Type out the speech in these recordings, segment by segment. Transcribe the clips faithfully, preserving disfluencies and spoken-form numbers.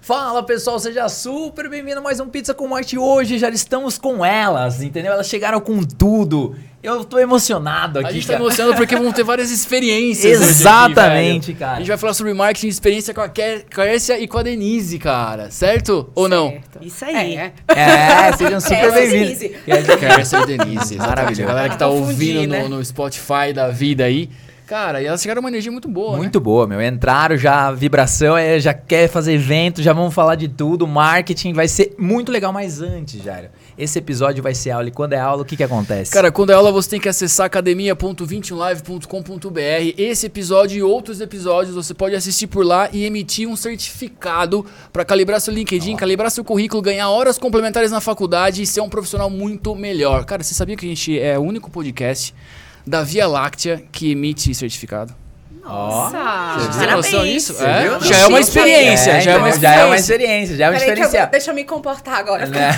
Fala pessoal, seja super bem-vindo a mais um Pizza com Marketing. Hoje já estamos com elas, entendeu? Elas chegaram com tudo. Eu tô emocionado aqui, A gente cara. tá emocionado porque vão ter várias experiências. Exatamente, aqui, cara. A gente vai falar sobre marketing, experiência com a Kércia e com a Denise, cara. Certo? Ou não? Certo. Isso aí. É, É, sejam super Kércia e bem-vindos. Denise. Kércia e Denise. Maravilhoso. A galera que tá Confundi, ouvindo né? no, no Spotify da vida aí. Cara, e elas chegaram uma energia muito boa, Muito boa, meu. Entraram já, vibração, é, já quer fazer evento, já vamos falar de tudo. Marketing vai ser muito legal, mas antes, Jairo, esse episódio vai ser aula. E quando é aula, o que que acontece? Cara, quando é aula você tem que acessar academia ponto vinte e um live ponto com ponto b r. Esse episódio e outros episódios você pode assistir por lá e emitir um certificado para calibrar seu LinkedIn, oh. calibrar seu currículo, ganhar horas complementares na faculdade e ser um profissional muito melhor. Cara, você sabia que a gente é o único podcast da Via Láctea que emite certificado? Nossa! Você tem noção disso? Você É? viu? Já é uma experiência, É, já é uma então, já é uma experiência. experiência, já é um Peraí que eu- diferencial. deixa eu me comportar agora. Né?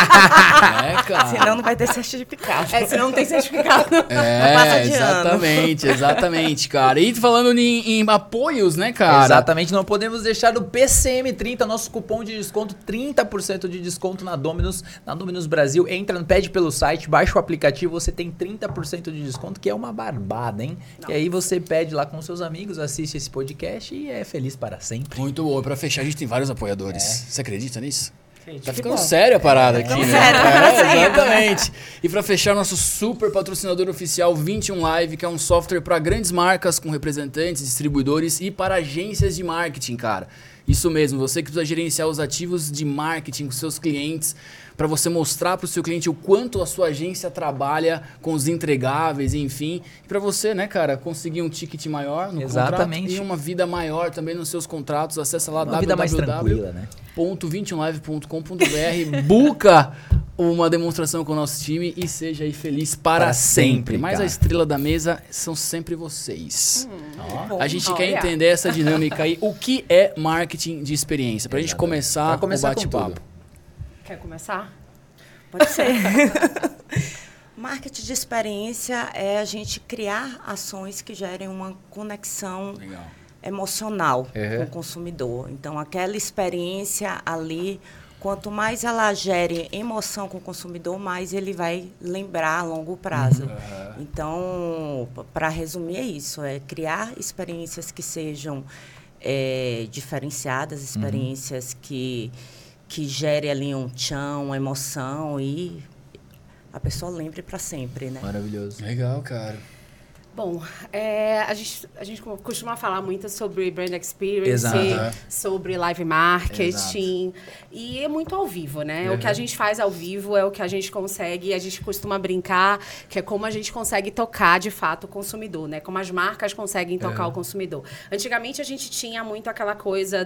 É, cara. Senão não vai ter certificado. É, senão não tem certificado. É, passa de ano. exatamente, exatamente, cara. E falando em, em apoios, né, cara? Exatamente, não podemos deixar do P C M trinta, nosso cupom de desconto, trinta por cento de desconto na Dominus, na Dominus Brasil. Entra, pede pelo site, baixa o aplicativo, você tem trinta por cento de desconto, que é uma barbada, hein? Nossa. E aí você pede lá com seus amigos, assiste esse podcast e é feliz para sempre. Muito bom. Pra fechar, a gente tem vários apoiadores. Você acredita nisso? Tá Que ficando bom. séria a parada aqui, né? sério, tá É, sério. exatamente. E pra fechar, nosso super patrocinador oficial vinte e um Live, que é um software para grandes marcas com representantes, distribuidores e para agências de marketing, cara. Isso mesmo, você que precisa gerenciar os ativos de marketing com seus clientes, para você mostrar para o seu cliente o quanto a sua agência trabalha com os entregáveis, enfim. E para você, né, cara, conseguir um ticket maior no Exatamente. contrato e uma vida maior também nos seus contratos. Acessa lá Uma vida mais www tranquila, né? ponto vinte e um live ponto com ponto b r, buca uma demonstração com o nosso time e seja aí feliz para, Para sempre. sempre, Mas cara. a estrela da mesa são sempre vocês. Ó. A gente Olha. quer entender essa dinâmica aí. O que é marketing de experiência? Pra gente Exatamente. começar, Pra começar o com bate-papo. tudo. Quer começar? Pode ser. Marketing de experiência é a gente criar ações que gerem uma conexão Legal. emocional Uhum. com o consumidor. Então, aquela experiência ali, quanto mais ela gere emoção com o consumidor, mais ele vai lembrar a longo prazo. Então, para resumir, é isso. É criar experiências que sejam é, diferenciadas, experiências que, que gerem ali um tchan, uma emoção e a pessoa lembre para sempre, né? Maravilhoso. Legal, cara. Bom, é, a, gente, a gente costuma falar muito sobre brand experience, Exato. sobre live marketing, e é muito ao vivo, né? Uhum. O que a gente faz ao vivo é o que a gente consegue, a gente costuma brincar, que é como a gente consegue tocar, de fato, o consumidor, né? Como as marcas conseguem tocar Uhum. o consumidor. Antigamente, a gente tinha muito aquela coisa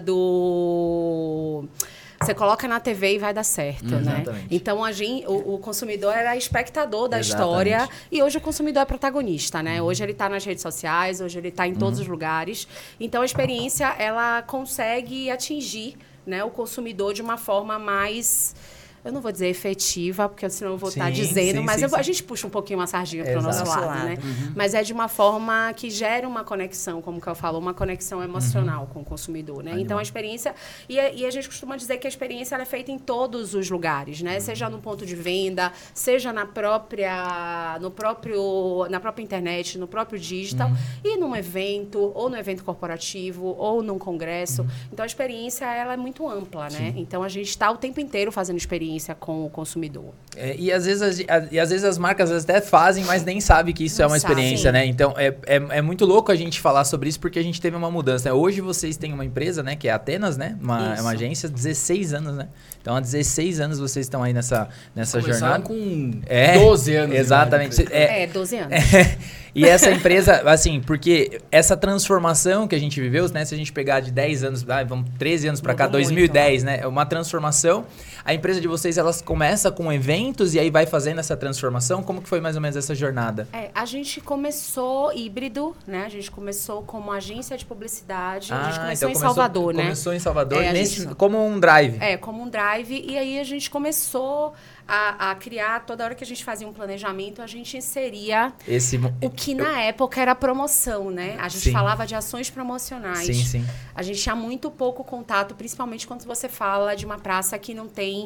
do... Você coloca na T V e vai dar certo, né? Exatamente. Então, a gente, o, o consumidor era espectador da Exatamente. história e hoje o consumidor é protagonista, né? Hoje ele está nas redes sociais, hoje ele está em todos os lugares. Então, a experiência, ela consegue atingir, né, o consumidor de uma forma mais... Eu não vou dizer efetiva, porque senão eu vou Sim, estar dizendo, sim, mas sim, eu vou- a sim. gente puxa um pouquinho uma sardinha para o Exato. nosso lado, Nosso né? lado. Mas é de uma forma que gera uma conexão, como que eu falo, uma conexão emocional com o consumidor, né? Então, a experiência... E a, e a gente costuma dizer que a experiência ela é feita em todos os lugares, né? Seja no ponto de venda, seja na própria, no próprio, na própria internet, no próprio digital, e num evento, ou no evento corporativo, ou num congresso. Então, a experiência ela é muito ampla, né? Então, a gente está o tempo inteiro fazendo experiência com o consumidor. É, e, às vezes, as- a- e às vezes as marcas até fazem, mas nem sabem que isso Não é uma sabe. experiência, Sim. né? Então, é, é, é muito louco a gente falar sobre isso porque a gente teve uma mudança, né? Hoje vocês têm uma empresa, né? Que é a Atenas, né? Uma, é uma Isso. agência, dezesseis anos, né? Então, há dezesseis anos vocês estão aí nessa, nessa Começaram jornada. com É, doze anos. Exatamente. Né? É, É, doze anos. E essa empresa, assim, porque essa transformação que a gente viveu, né? Se a gente pegar de dez anos, ah, vamos treze anos pra cá, Mudou dois mil e dez, muito, né? É uma transformação. A empresa de vocês, elas começa com eventos e aí vai fazendo essa transformação. Como que foi mais ou menos essa jornada? É, a gente começou híbrido, né? A gente começou como agência de publicidade. a gente começou em Salvador, né? Começou em Salvador, É, a nesse, gente- como um drive. É, como um drive. E aí a gente começou a, a criar, toda hora que a gente fazia um planejamento, a gente inseria Esse... o que na época era promoção, né? A gente Sim. falava de ações promocionais. Sim, sim. A gente tinha muito pouco contato, principalmente quando você fala de uma praça que não tem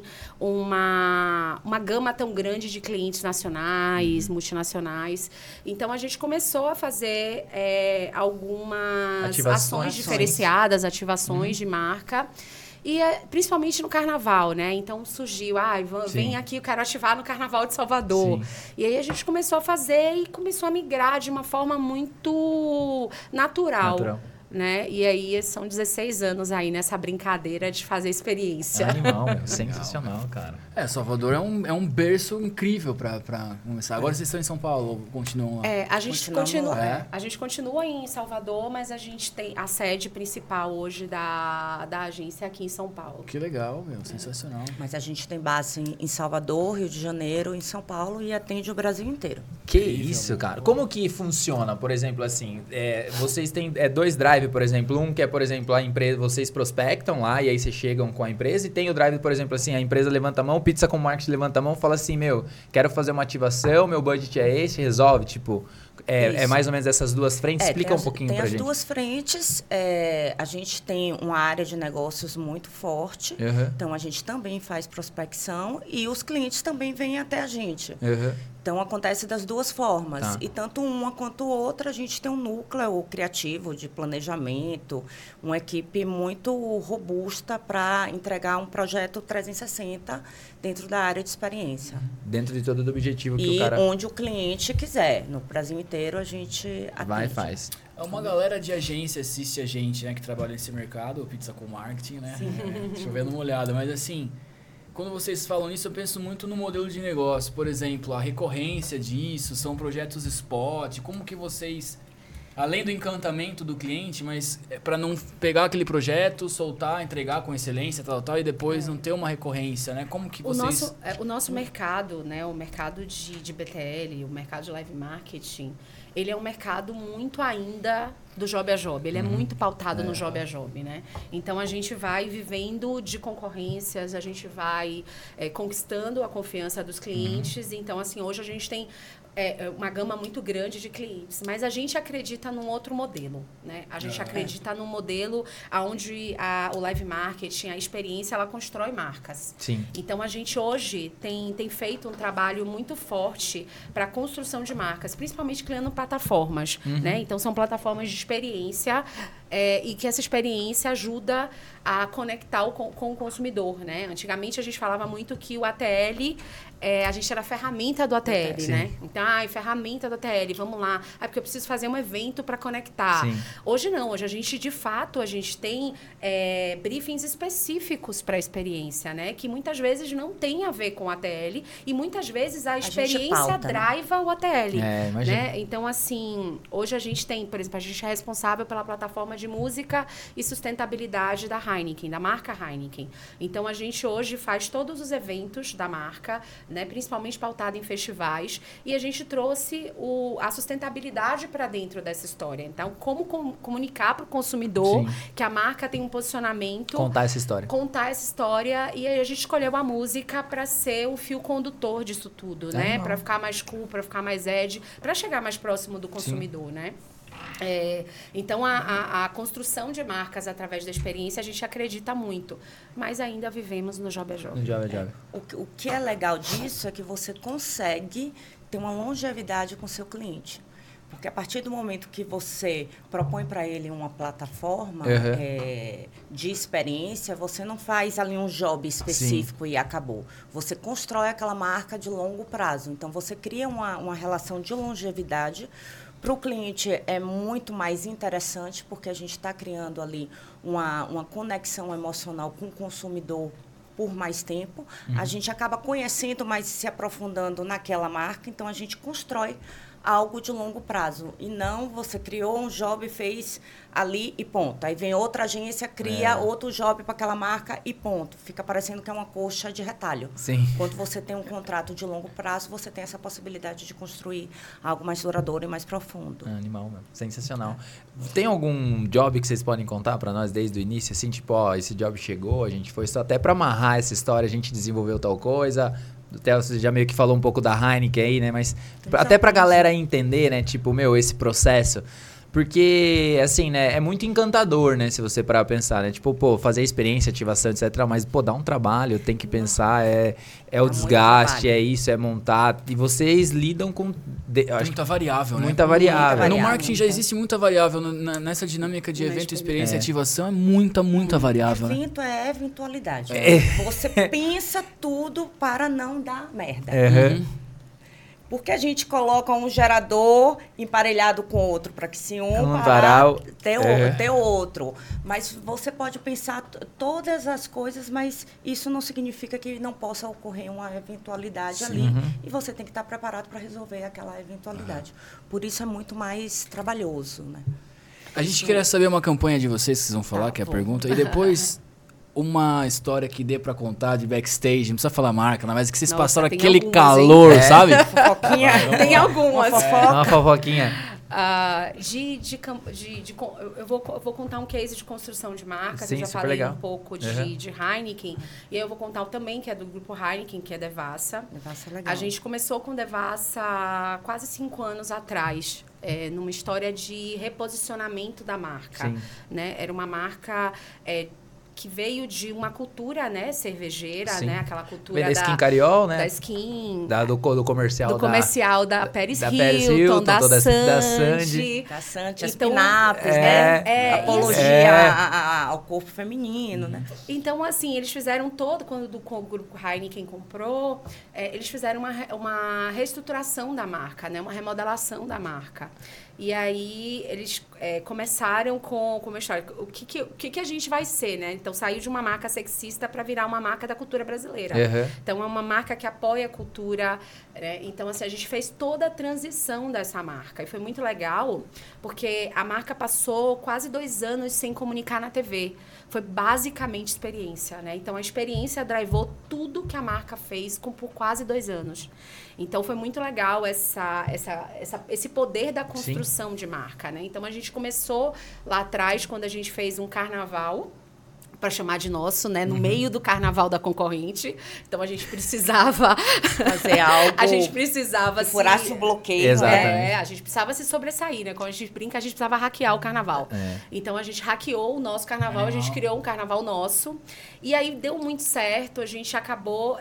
uma, uma gama tão grande de clientes nacionais, uhum. multinacionais. Então, a gente começou a fazer é, algumas Ativações. ações diferenciadas, ativações uhum. de marca. E principalmente no carnaval, né? Então surgiu, ah, vem aqui, eu quero ativar no Carnaval de Salvador. Sim. E aí a gente começou a fazer e começou a migrar de uma forma muito natural. Natural. Né? E aí são dezesseis anos aí nessa brincadeira de fazer experiência. Animal, é sensacional, cara. É, Salvador é um, é um berço incrível pra, pra começar. Agora é. vocês estão em São Paulo ou continuam lá? É, a gente continua, é. a gente continua em Salvador, mas a gente tem a sede principal hoje da, da agência aqui em São Paulo. Que legal, meu, sensacional. Mas a gente tem base em, em Salvador, Rio de Janeiro, em São Paulo e atende o Brasil inteiro. Que isso, cara. Como que funciona, por exemplo, assim, é, vocês têm é, dois drives, por exemplo, um que é, por exemplo, a empresa, vocês prospectam lá e aí vocês chegam com a empresa, e tem o drive, por exemplo, assim, a empresa levanta a mão, Pizza com Marketing levanta a mão e fala assim, meu, quero fazer uma ativação, meu budget é esse, resolve, tipo, é, é mais ou menos essas duas frentes, é, explica as, um pouquinho pra gente. gente. Tem as duas frentes, é, a gente tem uma área de negócios muito forte, uhum. então a gente também faz prospecção e os clientes também vêm até a gente. Uhum. Então, acontece das duas formas. Tá. E tanto uma quanto outra, a gente tem um núcleo criativo de planejamento, uma equipe muito robusta para entregar um projeto trezentos e sessenta dentro da área de experiência. Dentro de todo o objetivo que e o cara... E onde o cliente quiser. No Brasil inteiro, a gente atende. Vai e faz. Uma galera de agência assiste a gente, né, que trabalha nesse mercado, o Pizza com Marketing, né? É, chovendo uma olhada, mas assim... Quando vocês falam isso, eu penso muito no modelo de negócio. Por exemplo, a recorrência disso, são projetos spot. Como que vocês, além do encantamento do cliente, mas para não pegar aquele projeto, soltar, entregar com excelência, tal, tal, e depois é. não ter uma recorrência, né? Como que vocês... O nosso, é, o nosso mercado, né? O mercado de, de B T L, o mercado de live marketing, ele é um mercado muito ainda... do job a job, ele uhum. é muito pautado é. no job a job, né? Então, a gente vai vivendo de concorrências, a gente vai é, conquistando a confiança dos clientes. Uhum. Então, assim, hoje a gente tem é, uma gama muito grande de clientes, mas a gente acredita num outro modelo, né? A gente é. acredita num modelo onde a, o live marketing, a experiência, ela constrói marcas. Sim. Então, a gente hoje tem, tem feito um trabalho muito forte para a construção de marcas, principalmente criando plataformas, uhum. né? Então, são plataformas de experiência é, e que essa experiência ajuda a conectar o, com, com o consumidor, né? Antigamente a gente falava muito que o A T L, é, a gente era a ferramenta do A T L, Sim. né? Então, ah, ferramenta do A T L, vamos lá. Ah, porque eu preciso fazer um evento para conectar. Sim. Hoje não, hoje a gente, de fato, a gente tem é, briefings específicos para a experiência, né? Que muitas vezes não tem a ver com o A T L e muitas vezes a experiência a pauta, driva né? o A T L. É, né? Então, assim, hoje a gente tem, por exemplo, a gente é responsável pela plataforma de música e sustentabilidade da Heineken, da marca Heineken. Então, a gente hoje faz todos os eventos da marca, né, principalmente pautado em festivais, e a gente trouxe o, a sustentabilidade para dentro dessa história. Então, como com, comunicar para o consumidor Sim. que a marca tem um posicionamento... Contar essa história. Contar essa história, e aí a gente escolheu a música para ser o fio condutor disso tudo, é né? Para ficar mais cool, para ficar mais edgy, para chegar mais próximo do consumidor, Sim. né? É, então, a, a, a construção de marcas através da experiência, a gente acredita muito. Mas ainda vivemos no job a job. No job a job. É, o, o que é legal disso é que você consegue ter uma longevidade com o seu cliente. Porque a partir do momento que você propõe para ele uma plataforma uhum. é, de experiência, você não faz ali um job específico Sim. e acabou. Você constrói aquela marca de longo prazo. Então, você cria uma, uma relação de longevidade. Para o cliente é muito mais interessante, porque a gente está criando ali uma, uma conexão emocional com o consumidor por mais tempo. Uhum. A gente acaba conhecendo, mas se aprofundando naquela marca, então a gente constrói algo de longo prazo. E não você criou um job e fez ali e ponto. Aí vem outra agência, cria é. outro job para aquela marca e ponto. Fica parecendo que é uma coxa de retalho. Sim. Quando você tem um contrato de longo prazo, você tem essa possibilidade de construir algo mais duradouro e mais profundo. É, animal, meu. Sensacional. É. Tem algum job que vocês podem contar para nós desde o início? Assim, tipo, ó, esse job chegou, a gente foi só até para amarrar essa história, a gente desenvolveu tal coisa... do Theo, você já meio que falou um pouco da Heineken aí, né? Mas pra, até pra galera entender, né? Tipo, meu, esse processo. Porque, assim, né? É muito encantador, né? Se você parar pra pensar, né? Tipo, pô, fazer experiência, ativação, etcétera. Mas, pô, dá um trabalho, tem que pensar, é, é o desgaste, é isso, é montar. E vocês lidam com... De, eu acho muita variável, né? Muita variável. Muita No marketing já existe muita variável. no- na- nessa dinâmica de Na evento, experiência. experiência e É. ativação é muita, muita variável, né? Evento é eventualidade. É. Você pensa tudo para não dar merda. Uhum. Porque a gente coloca um gerador emparelhado com outro para que se um Um parar, parar, ter, o- é. ter outro. Mas você pode pensar t- todas as coisas, mas isso não significa que não possa ocorrer uma eventualidade ali. Uhum. E você tem que estar preparado para resolver aquela eventualidade. Por isso é muito mais trabalhoso, né? A gente queria saber uma campanha de vocês que vocês vão falar, Tá que é a bom. pergunta. E depois, uma história que dê pra contar de backstage. Não precisa falar marca, né? Mas que vocês Nossa, passaram tem aquele algumas, calor, hein? É. sabe? Fofoquinha. Tem algumas. Uma fofoca. Uma fofoquinha. Ah, de, de, cam- de, de con- eu, eu vou, eu vou contar um case de construção de marcas. Sim, eu já super falei legal. um pouco de, Uhum. de Heineken. E aí eu vou contar o também, que é do grupo Heineken, que é Devassa. Devassa é legal. A gente começou com Devassa há quase cinco anos atrás, é, numa história de reposicionamento da marca. Sim. Né? Era uma marca é, que veio de uma cultura, né, cervejeira, Sim. né? Aquela cultura Vem da da, Skin Cariol, né? da skin, Da, do, co- do comercial. do da- comercial da, Paris da Hilton, Paris Hilton, da, toda essa- da Sandy. Sandy. Da Santi, as Então, pinapes, é, né? é, Apologia é. a- a- ao corpo feminino, né? Então, assim, eles fizeram todo, quando do, o grupo Heineken comprou, é, eles fizeram uma, re- uma reestruturação da marca, né? Uma remodelação da marca. E aí, eles é, começaram com, com uma história. O que, que, o que, que a gente vai ser, né? Então, saiu de uma marca sexista para virar uma marca da cultura brasileira. Uhum. Então, é uma marca que apoia a cultura, né? Então, assim, a gente fez toda a transição dessa marca. E foi muito legal, porque a marca passou quase dois anos sem comunicar na T V. Foi basicamente experiência, né? Então, a experiência drivou tudo que a marca fez com, por quase dois anos. Então, foi muito legal essa, essa, essa, esse poder da construção de marca, né? Então, a gente começou lá atrás, quando a gente fez um carnaval, para chamar de nosso, né? No Uhum. meio do carnaval da concorrente. Então, a gente precisava... Fazer algo a gente precisava... que furasse se- o bloqueio, Exatamente. né? É, a gente precisava se sobressair, né? Quando a gente brinca, a gente precisava hackear o carnaval. É. Então, a gente hackeou o nosso carnaval, a gente criou um carnaval nosso. E aí, deu muito certo. A gente acabou...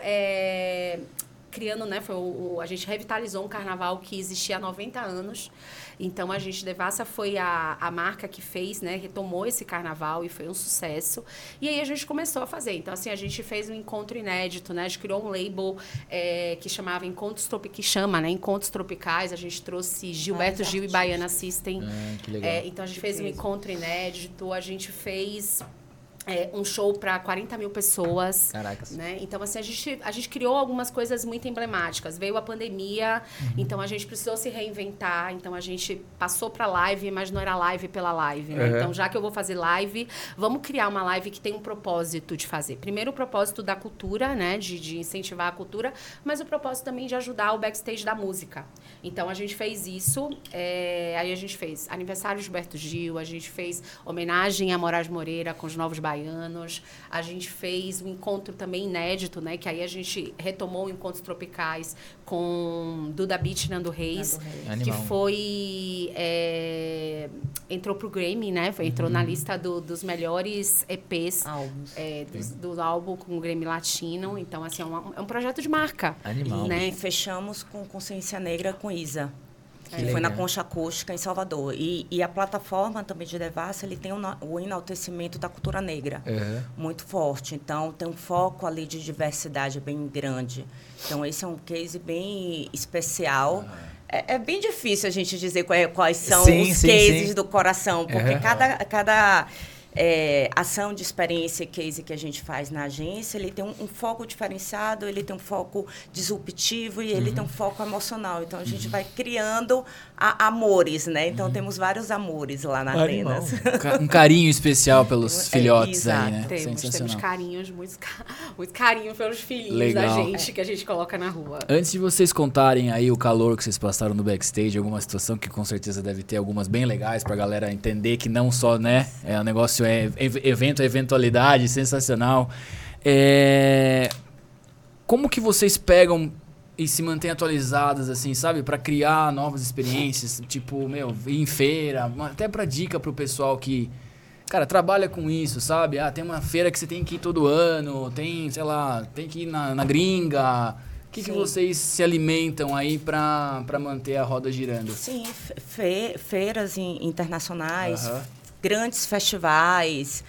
é, criando, né? Foi o, o- a gente revitalizou um carnaval que existia há noventa anos. Então, a gente, Devassa foi a, a marca que fez, né? Retomou esse carnaval e foi um sucesso. E aí, a gente começou a fazer. Então, assim, a gente fez um encontro inédito, né? A gente criou um label é, que chamava Encontros Tropicais, que chama, né? Encontros Tropicais. A gente trouxe Gilberto Vários Gil e Baiana System. Ah, que legal. É, então, a gente fez um encontro inédito. A gente fez... é, um show para quarenta mil pessoas. Caracas. Né? Então, assim, a gente, a gente criou algumas coisas muito emblemáticas. Veio a pandemia, Uhum. então a gente precisou se reinventar. Então, a gente passou para live, mas não era live pela live. Né? Uhum. Então, já que eu vou fazer live, vamos criar uma live que tem um propósito de fazer. Primeiro, o propósito da cultura, né? de, de incentivar a cultura, mas o propósito também de ajudar o backstage da música. Então, a gente fez isso. É, aí, a gente fez aniversário de Gilberto Gil, a gente fez homenagem a Moraes Moreira com os Novos Baianos. A gente fez um encontro também inédito, né? Que aí a gente retomou Encontros Tropicais com Duda Beat e Nando Reis, Nando Reis. que Animal. foi... é, entrou pro Grammy, né? Foi, entrou Uhum. na lista do- dos melhores E Ps Álbuns. é, do, do álbum com o Grammy Latino. Então, assim, é, uma- é um projeto de marca. Animal. Né? E fechamos com Consciência Negra com Isa. Que legal. foi na Concha Acústica, em Salvador. E, e a plataforma também de Devassa, ele tem o, na- o enaltecimento da cultura negra. Uhum. Muito forte. Então, tem um foco ali de diversidade bem grande. Então, esse é um case bem especial. É, é bem difícil a gente dizer quais, quais são Sim, os sim, cases sim. do coração, porque Uhum. cada... cada é, ação de experiência e case que a gente faz na agência, ele tem um, um foco diferenciado, ele tem um foco disruptivo e ele tem um foco emocional. Então, a gente vai criando a- amores, né? Então, temos vários amores lá na Animal. Atenas. Ca- Um carinho especial pelos É, filhotes exato. aí, né? Temos, temos Sensacional. carinhos, muito, ca- muito carinho pelos filhinhos Legal. da gente, que a gente coloca na rua. Antes de vocês contarem aí o calor que vocês passaram no backstage, alguma situação que com certeza deve ter algumas bem legais pra galera entender que não só, né, é, o negócio é ev- evento, eventualidade, sensacional. É... como que vocês pegam e se mantêm atualizadas, assim, sabe? Pra criar novas experiências, tipo, meu, ir em feira, até pra dica pro pessoal que, cara, trabalha com isso, sabe? Ah, tem uma feira que você tem que ir todo ano, tem, sei lá, tem que ir na, na gringa. O que, que vocês se alimentam aí pra, pra manter a roda girando? Sim, fe, feiras internacionais, Uhum. grandes festivais.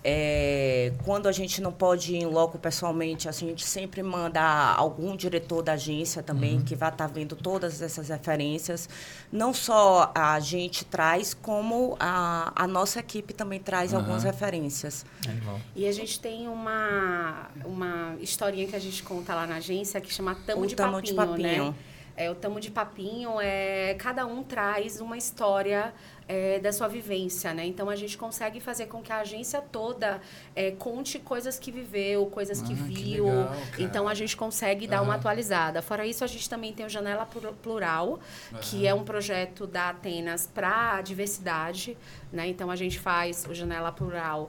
É, quando a gente não pode ir em loco pessoalmente, assim, a gente sempre manda algum diretor da agência também, uhum. que vai estar vendo todas essas referências. Não só a gente traz, como a, a nossa equipe também traz uhum. algumas referências. Animal. E a gente tem uma, uma historinha que a gente conta lá na agência que chama Tamo, o de, Tamo Papinho, de Papinho, né? É, o Tamo de Papinho, é, cada um traz uma história é, da sua vivência, né? Então, a gente consegue fazer com que a agência toda é, conte coisas que viveu, coisas que ah, viu. Que legal, então, a gente consegue dar uhum. uma atualizada. Fora isso, a gente também tem o Janela Plural, uhum. que é um projeto da Atenas para a diversidade, né? Então, a gente faz o Janela Plural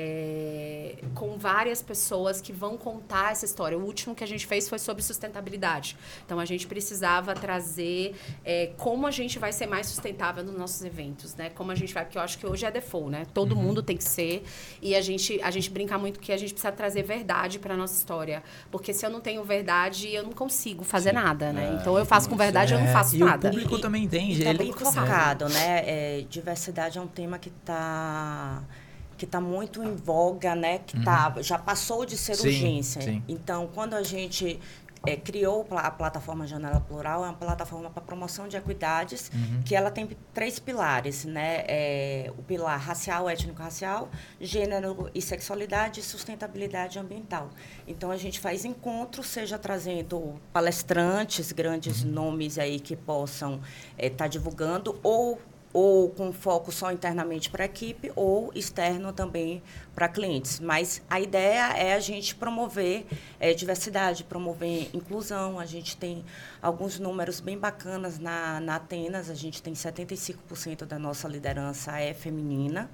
é, com várias pessoas que vão contar essa história. O último que a gente fez foi sobre sustentabilidade. Então, a gente precisava trazer é, como a gente vai ser mais sustentável nos nossos eventos, né? Como a gente vai, porque eu acho que hoje é default, né? Todo uhum. mundo tem que ser. E a gente, a gente brinca muito que a gente precisa trazer verdade para nossa história. Porque se eu não tenho verdade, eu não consigo fazer Sim. nada, né? É, então, eu faço com verdade, é. eu não faço e nada. E o público e, também entende. E ele bem focado, né? É, diversidade é um tema que está... que está muito em voga, né? Que uhum. tá, já passou de ser sim, urgência. Sim. Então, quando a gente é, criou a plataforma Janela Plural, é uma plataforma para promoção de equidades, uhum. que ela tem três pilares, né? É, o pilar racial, étnico-racial, gênero e sexualidade e sustentabilidade ambiental. Então, a gente faz encontros, seja trazendo palestrantes, grandes uhum. nomes aí que possam estar é, tá divulgando, ou ou com foco só internamente para a equipe, ou externo também para clientes. Mas a ideia é a gente promover é, diversidade, promover inclusão. A gente tem alguns números bem bacanas na, na Atenas. A gente tem setenta e cinco por cento da nossa liderança é feminina.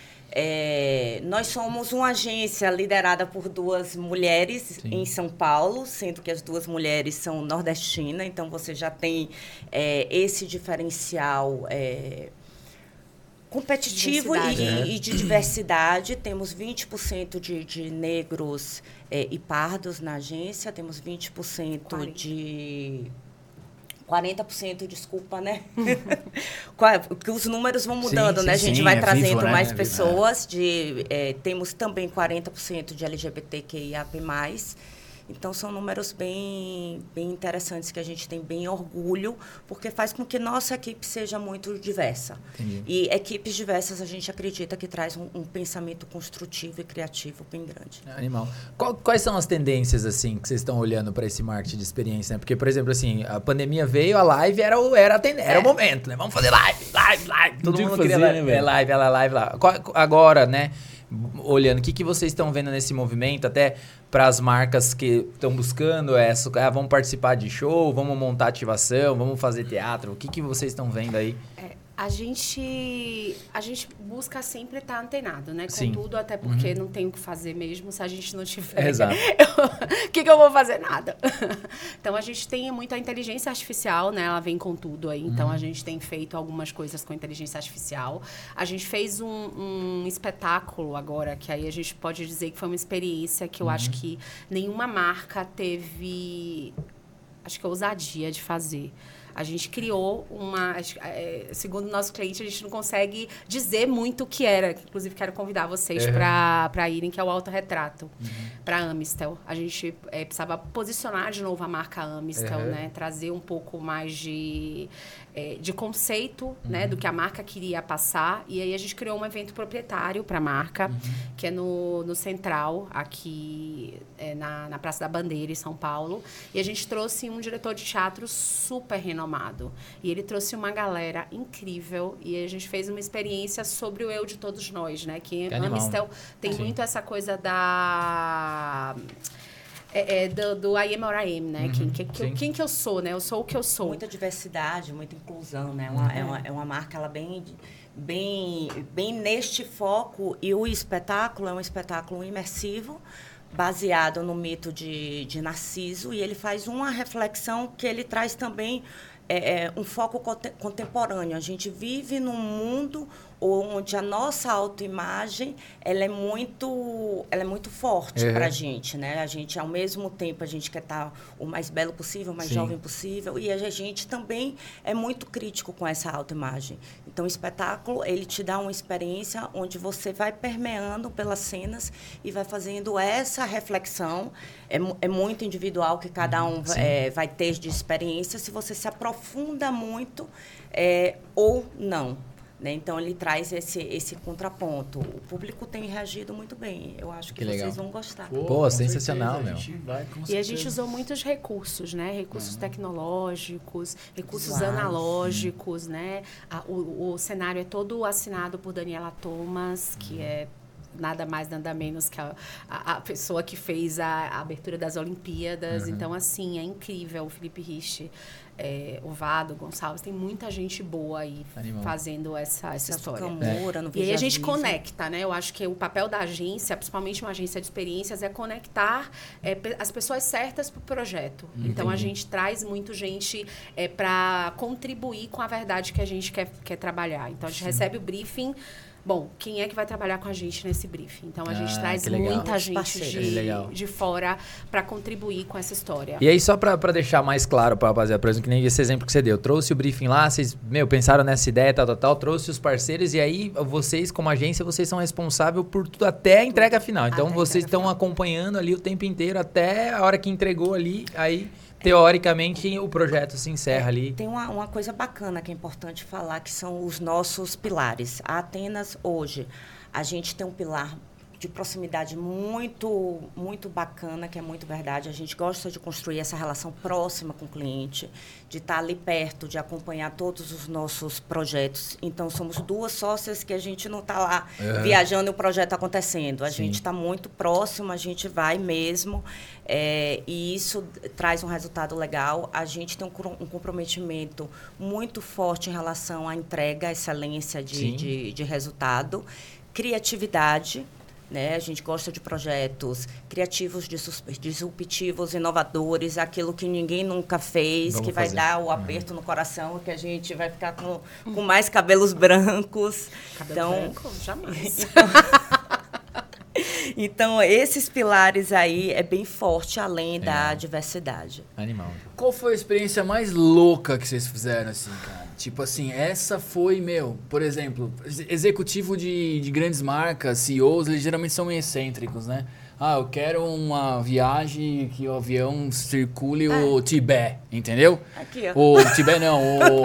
É, nós somos uma agência liderada por duas mulheres Sim. em São Paulo, sendo que as duas mulheres são nordestinas, então você já tem é, esse diferencial é, competitivo e, é. e de diversidade. Temos vinte por cento de, de negros é, e pardos na agência, temos vinte por cento de... quarenta por cento, desculpa, né? Que os números vão mudando, sim, né? Sim, a gente sim, vai é trazendo vivo, né? mais é pessoas. De, é, temos também quarenta por cento de L G B T Q I A P mais. Então, são números bem, bem interessantes que a gente tem bem orgulho, porque faz com que nossa equipe seja muito diversa. Entendi. E equipes diversas, a gente acredita que traz um, um pensamento construtivo e criativo bem grande. É, animal. Qual, quais são as tendências, assim, que vocês estão olhando para esse marketing de experiência? Né? Porque, por exemplo, assim, a pandemia veio, a live era o, era a tendência, era é. o momento, né? Vamos fazer live, live, live. Todo mundo queria fazer, live, né, é, live, ela, live lá. Agora, né? Olhando, o que, que vocês estão vendo nesse movimento, até para as marcas que estão buscando essa, ah, vamos participar de show, vamos montar ativação, vamos fazer teatro, o que, que vocês estão vendo aí? É, a gente a gente busca sempre estar antenado, né, com Sim. tudo, até porque uhum. não tem o que fazer mesmo se a gente não tiver. Exato. O que, que eu vou fazer? Nada. Então, a gente tem muita inteligência artificial, né, ela vem com tudo aí, então uhum. a gente tem feito algumas coisas com inteligência artificial. A gente fez um, um espetáculo agora, que aí a gente pode dizer que foi uma experiência que eu uhum. acho que nenhuma marca teve, acho que a ousadia de fazer. A gente criou uma... Segundo o nosso cliente, a gente não consegue dizer muito o que era. Inclusive, quero convidar vocês uhum. para irem, que é o autorretrato, uhum. para a Amistel. A gente é, precisava posicionar de novo a marca Amistel, uhum. né? Trazer um pouco mais de, é, de conceito, uhum. né? Do que a marca queria passar. E aí, a gente criou um evento proprietário para a marca, uhum. que é no, no Central, aqui é, na, na Praça da Bandeira, em São Paulo. E a gente trouxe um diretor de teatro super renomado. E ele trouxe uma galera incrível e a gente fez uma experiência sobre o eu de todos nós, né? Que, que a Amistel tem Sim. muito essa coisa da... É, é, do, do I am or I am, né? Uhum, quem, que, que, quem que eu sou, né? Eu sou o que eu sou. Muita diversidade, muita inclusão, né? Uma, é. É, uma, é uma marca, ela bem... Bem, bem neste foco, e o espetáculo é um espetáculo imersivo, baseado no mito de, de Narciso, e ele faz uma reflexão que ele traz também é, é, um foco contemporâneo. A gente vive num mundo onde a nossa autoimagem ela é muito, ela é muito forte uhum. para a gente, né? A gente, ao mesmo tempo, a gente quer estar o mais belo possível, o mais Sim. jovem possível, e a gente também é muito crítico com essa autoimagem. Então, o espetáculo, ele te dá uma experiência onde você vai permeando pelas cenas e vai fazendo essa reflexão. É, é muito individual que cada um é, vai ter de experiência, se você se aprofunda muito é, ou não. Né? Então, ele traz esse, esse contraponto. O público tem reagido muito bem. Eu acho que, que vocês legal. vão gostar. Pô, Pô sensacional, meu. A vai, e a gente usou muitos recursos, né? Recursos uhum. tecnológicos, recursos Visuais. analógicos, uhum. né? A, o, o cenário é todo assinado por Daniela Thomas, que uhum. é nada mais, nada menos que a, a, a pessoa que fez a, a abertura das Olimpíadas. Uhum. Então, assim, é incrível. O Felipe Rich, é, o Vado, Gonçalves, tem muita gente boa aí Animal. fazendo essa, essa história. Camura, no e aí a gente conecta, né? Eu acho que o papel da agência, principalmente uma agência de experiências, é conectar é, as pessoas certas para o projeto. Entendi. Então, a gente traz muito gente é, para contribuir com a verdade que a gente quer, quer trabalhar. Então, a gente Sim. recebe o briefing. Bom, quem é que vai trabalhar com a gente nesse briefing? Então, a ah, gente traz muita gente de, de fora para contribuir com essa história. E aí, só para deixar mais claro para rapaziada, por exemplo, que nem esse exemplo que você deu. Trouxe o briefing lá, vocês, meu, pensaram nessa ideia, tal, tal, tal, trouxe os parceiros e aí vocês, como agência, vocês são responsáveis por tudo até a entrega final. Então, até vocês estão acompanhando ali o tempo inteiro até a hora que entregou ali, aí... Teoricamente, o projeto se encerra é, ali. Tem uma, uma coisa bacana que é importante falar, que são os nossos pilares. A Atenas, hoje, a gente tem um pilar de proximidade muito, muito bacana, que é muito verdade. A gente gosta de construir essa relação próxima com o cliente, de estar ali perto, de acompanhar todos os nossos projetos. Então, somos duas sócias que a gente não está lá é. viajando e o projeto acontecendo. A Sim. gente está muito próximo, a gente vai mesmo, é, e isso traz um resultado legal. A gente tem um, um comprometimento muito forte em relação à entrega, à excelência de, de, de resultado, criatividade. Né? A gente gosta de projetos criativos, disruptivos, inovadores, aquilo que ninguém nunca fez, Vamos que vai fazer. dar o aperto uhum. no coração, que a gente vai ficar com, com mais cabelos brancos. Cabelo então, branco? Jamais. Então, então, esses pilares aí é bem forte, além da é. diversidade. Animal. Qual foi a experiência mais louca que vocês fizeram, assim, cara? Tipo assim, essa foi, meu, por exemplo, executivo de, de grandes marcas, C E Os, eles geralmente são meio excêntricos, né? Ah, eu quero uma viagem que o avião circule ah. o Tibete, entendeu? Aqui, ó. O Tibete não,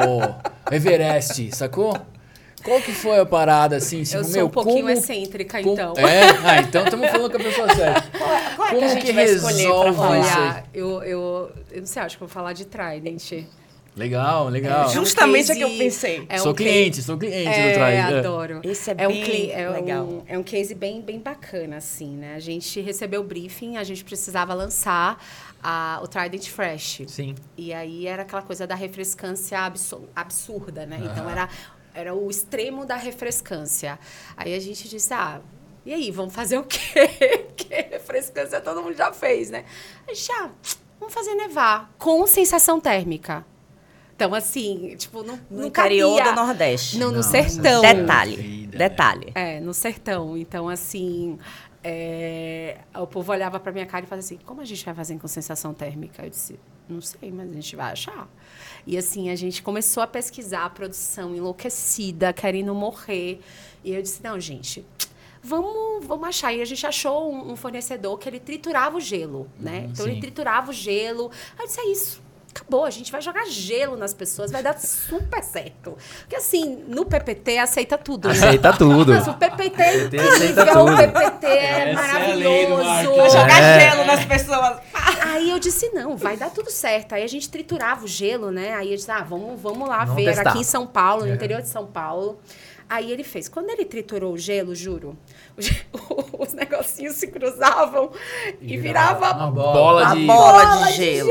o Everest, sacou? Qual que foi a parada, assim? Tipo, eu sou meu, um pouquinho como, excêntrica, como, então. É? Ah, então estamos falando com a pessoa certa. Qual é, qual é como que a gente que vai escolher pra falar? Olha, eu, eu, eu não sei, acho que eu vou falar de Trident. Legal, legal. É, justamente é que eu pensei. É um sou cliente, case, sou cliente é, do Trident. Adoro. Esse é, é bem um, é legal. Um, é um case bem, bem bacana, assim, né? A gente recebeu o briefing, a gente precisava lançar a, o Trident Fresh. Sim. E aí era aquela coisa da refrescância absur- absurda, né? Uhum. Então, era... Era o extremo da refrescância. Aí a gente disse, ah, e aí, vamos fazer o quê? Porque refrescância todo mundo já fez, né? A gente, ah, vamos fazer nevar com sensação térmica. Então, assim, tipo, não, no não interior cabia. do Nordeste. Não, no Nossa, sertão. Detalhe, vida, detalhe. É, no sertão. Então, assim, é, o povo olhava pra minha cara e falava assim, como a gente vai fazer com sensação térmica? Eu disse, não sei, mas a gente vai achar. E, assim, a gente começou a pesquisar a produção enlouquecida, querendo morrer. E eu disse, não, gente, vamos, vamos achar. E a gente achou um, um fornecedor que ele triturava o gelo, né? Então, Sim. ele triturava o gelo. Aí eu disse, é isso. Acabou, a gente vai jogar gelo nas pessoas, vai dar super certo. Porque, assim, no P P T aceita tudo. Aceita né? tudo. Mas o P P T é incrível, aceita tudo. o P P T é Essa maravilhoso. É Vai jogar É. gelo nas pessoas. Aí eu disse, não, vai dar tudo certo. Aí a gente triturava o gelo, né? Aí eu disse, ah, vamos, vamos lá Vamos ver. testar. Era aqui em São Paulo, no É. interior de São Paulo. Aí ele fez. Quando ele triturou o gelo, juro, os negocinhos se cruzavam e, e virava uma bola, Uma de... bola de bola gelo. gelo.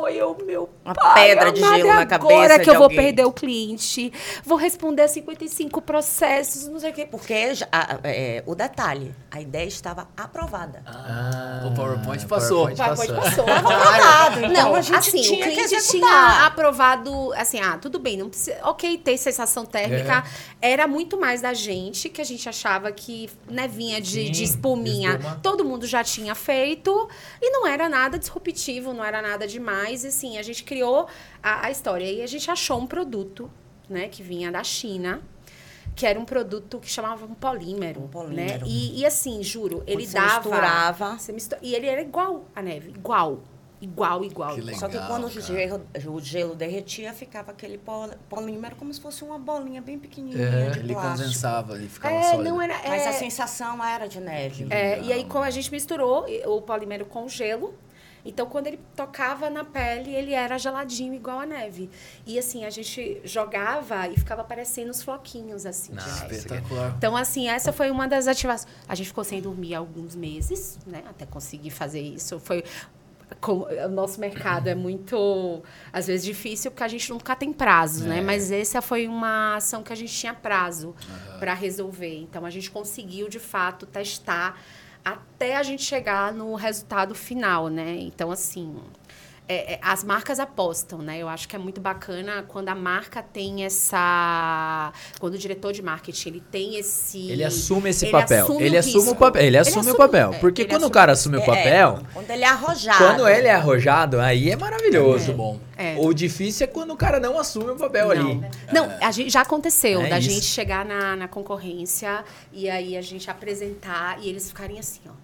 foi o meu Uma pai pedra de amado, gelo na agora cabeça que de eu vou alguém. perder o cliente, vou responder a cinquenta e cinco processos, não sei o quê. Porque já- a- é, o detalhe, a ideia estava aprovada. Ah, o PowerPoint passou. PowerPoint Vai, pode passou. passou. Estava aprovado. Então Não, a gente assim, tinha o cliente que executar. tinha aprovado, assim, ah, tudo bem, não precisa, ok, ter sensação térmica, era muito mais da gente, que a gente achava que, né, vinha de, Sim, de espuminha, de espuma. todo mundo já tinha feito, e não era nada disruptivo, não era nada demais, e assim, a gente criou a, a história, e a gente achou um produto, né, que vinha da China, que era um produto que chamava um polímero, Um polímero. né? E, e assim, juro, ele você dava... misturava. Você mistura, e ele era igual a neve, igual. Igual, igual. Que igual. legal. Só que quando o cara. gelo, o gelo derretia, ficava aquele pol- polímero como se fosse uma bolinha bem pequenininha É. de Ele plástico. condensava, ele ficava É, sólido. não era. Mas é, a sensação era de neve. é, e aí, Legal. como a gente misturou o polímero com o gelo, então quando ele tocava na pele, ele era geladinho, igual a neve. E assim, a gente jogava e ficava parecendo os floquinhos, assim, de Nossa, neve. Espetacular. Então, assim, essa foi uma das ativações. A gente ficou sem dormir alguns meses, né? Até conseguir fazer isso. Foi. Com- o nosso mercado é muito, às vezes, difícil, porque a gente nunca tem prazo, né? Mas essa foi uma ação que a gente tinha prazo para resolver. Então, a gente conseguiu, de fato, testar até a gente chegar no resultado final, né? Então, assim, é, é, as marcas apostam, né? Eu acho que é muito bacana quando a marca tem essa... Quando o diretor de marketing, ele tem esse... Ele assume esse ele papel. assume ele o assume o risco. papel. Ele assume, assume- o papel. é, Porque ele quando o assume- cara assume o É, papel, quando ele é arrojado. quando ele é arrojado, aí é maravilhoso. Muito bom. É. O difícil é quando o cara não assume o papel Não, ali. não a gente, já aconteceu É da isso. gente chegar na, na concorrência e aí a gente apresentar e eles ficarem assim, ó.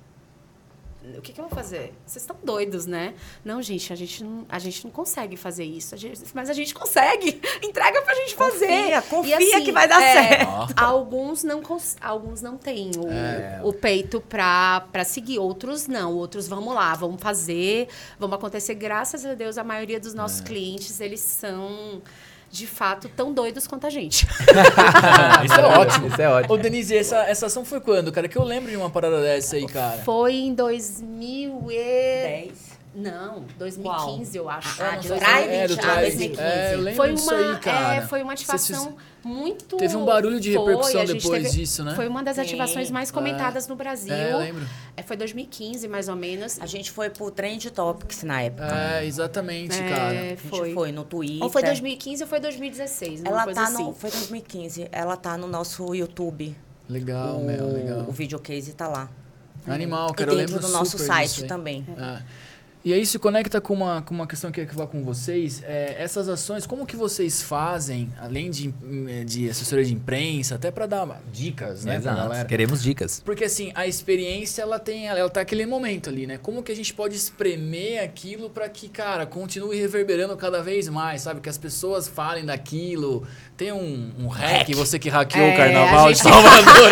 O que, que eu vou fazer? Vocês estão doidos, né? Não, gente, a gente não, a gente não consegue fazer isso. A gente- mas a gente consegue. Entrega pra gente fazer. Confia, E, confia que vai dar certo. Ó. Alguns não, cons- alguns não têm o, É. o peito pra, pra seguir. Outros não. Outros, vamos lá, vamos fazer. Vamos acontecer. Graças a Deus, a maioria dos nossos clientes, eles são... de fato, tão doidos quanto a gente. Isso é ótimo. Isso é ótimo. Ô, Denise, essa, essa ação foi quando, cara? Que eu lembro de uma parada dessa aí, cara. Foi em dois mil e... dez. Não, dois mil e quinze, eu acho. Ah, Não, de dois- Drive? É, do Ah, Drive. dois mil e quinze. É, eu lembro Foi disso uma, aí, cara. é, foi uma Vocês ativação fiz- muito... Teve um barulho de Foi, repercussão a gente depois teve- disso, né? Foi uma das Sim. ativações mais comentadas no Brasil. É, eu lembro. É, foi dois mil e quinze, mais ou menos. A gente foi pro Trend Topics na época. É, exatamente, É, cara. A gente foi. foi no Twitter. Ou foi dois mil e quinze ou foi dois mil e dezesseis, uma Ela coisa tá assim. no, foi dois mil e quinze. Ela tá no nosso YouTube. Legal, o, meu, legal. O videocase tá lá. Animal, cara. E eu dentro lembro do nosso super site disso aí. também. É. E aí se conecta com uma, com uma questão que eu queria falar com vocês. É, essas ações, como que vocês fazem, além de, de assessoria de imprensa, até para dar dicas, né, pra Exato. galera? Queremos dicas. Porque assim, a experiência, ela tem, ela tá aquele momento ali, né? Como que a gente pode espremer aquilo para que, cara, continue reverberando cada vez mais, sabe? Que as pessoas falem daquilo. Tem um, um hack, você que hackeou É, o carnaval a de gente- Salvador.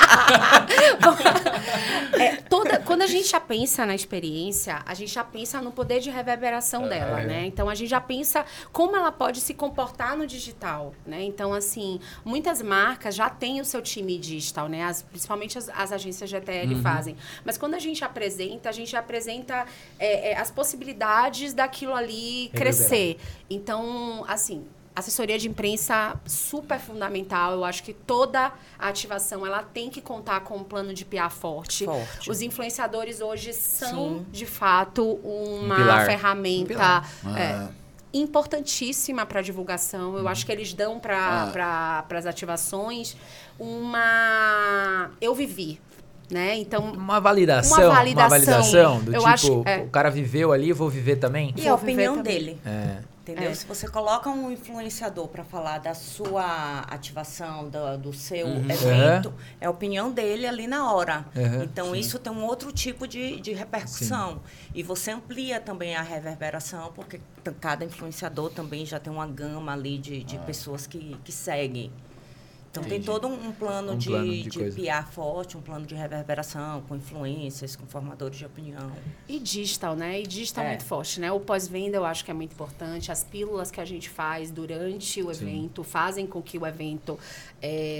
É, toda, quando a gente já pensa na experiência, a gente já pensa no poder de reverberação dela, né? Então, a gente já pensa como ela pode se comportar no digital, né? Então, assim, muitas marcas já têm o seu time digital, né? As, principalmente as, as agências G T L fazem. Mas quando a gente apresenta, a gente apresenta é, é, as possibilidades daquilo ali crescer. Então, assim... Assessoria de imprensa super fundamental. Eu acho que toda a ativação ela tem que contar com um plano de P R forte. Forte. Os influenciadores hoje são, Sim. de fato, uma Um pilar. ferramenta Um pilar. é, Ah. importantíssima para divulgação. Eu acho que eles dão para Ah. para as ativações uma... Eu vivi. Né? Então, Uma validação. Uma validação. validação do Eu tipo, acho- é. o cara viveu ali, vou viver também. E Vou a viver opinião também. dele. É. Entendeu? É. Se você coloca um influenciador para falar da sua ativação, do, do seu evento, é a opinião dele ali na hora. Uhum. Então, isso tem um outro tipo de, de repercussão. E você amplia também a reverberação, porque t- cada influenciador também já tem uma gama ali de, de pessoas que, que seguem. Então Entendi. tem todo um, um plano Um de, plano de de, coisa. P R forte, um plano de reverberação, com influências, com formadores de opinião. E digital, né? E digital É. muito forte, né? O pós-venda eu acho que é muito importante. As pílulas que a gente faz durante o Sim. evento fazem com que o evento é,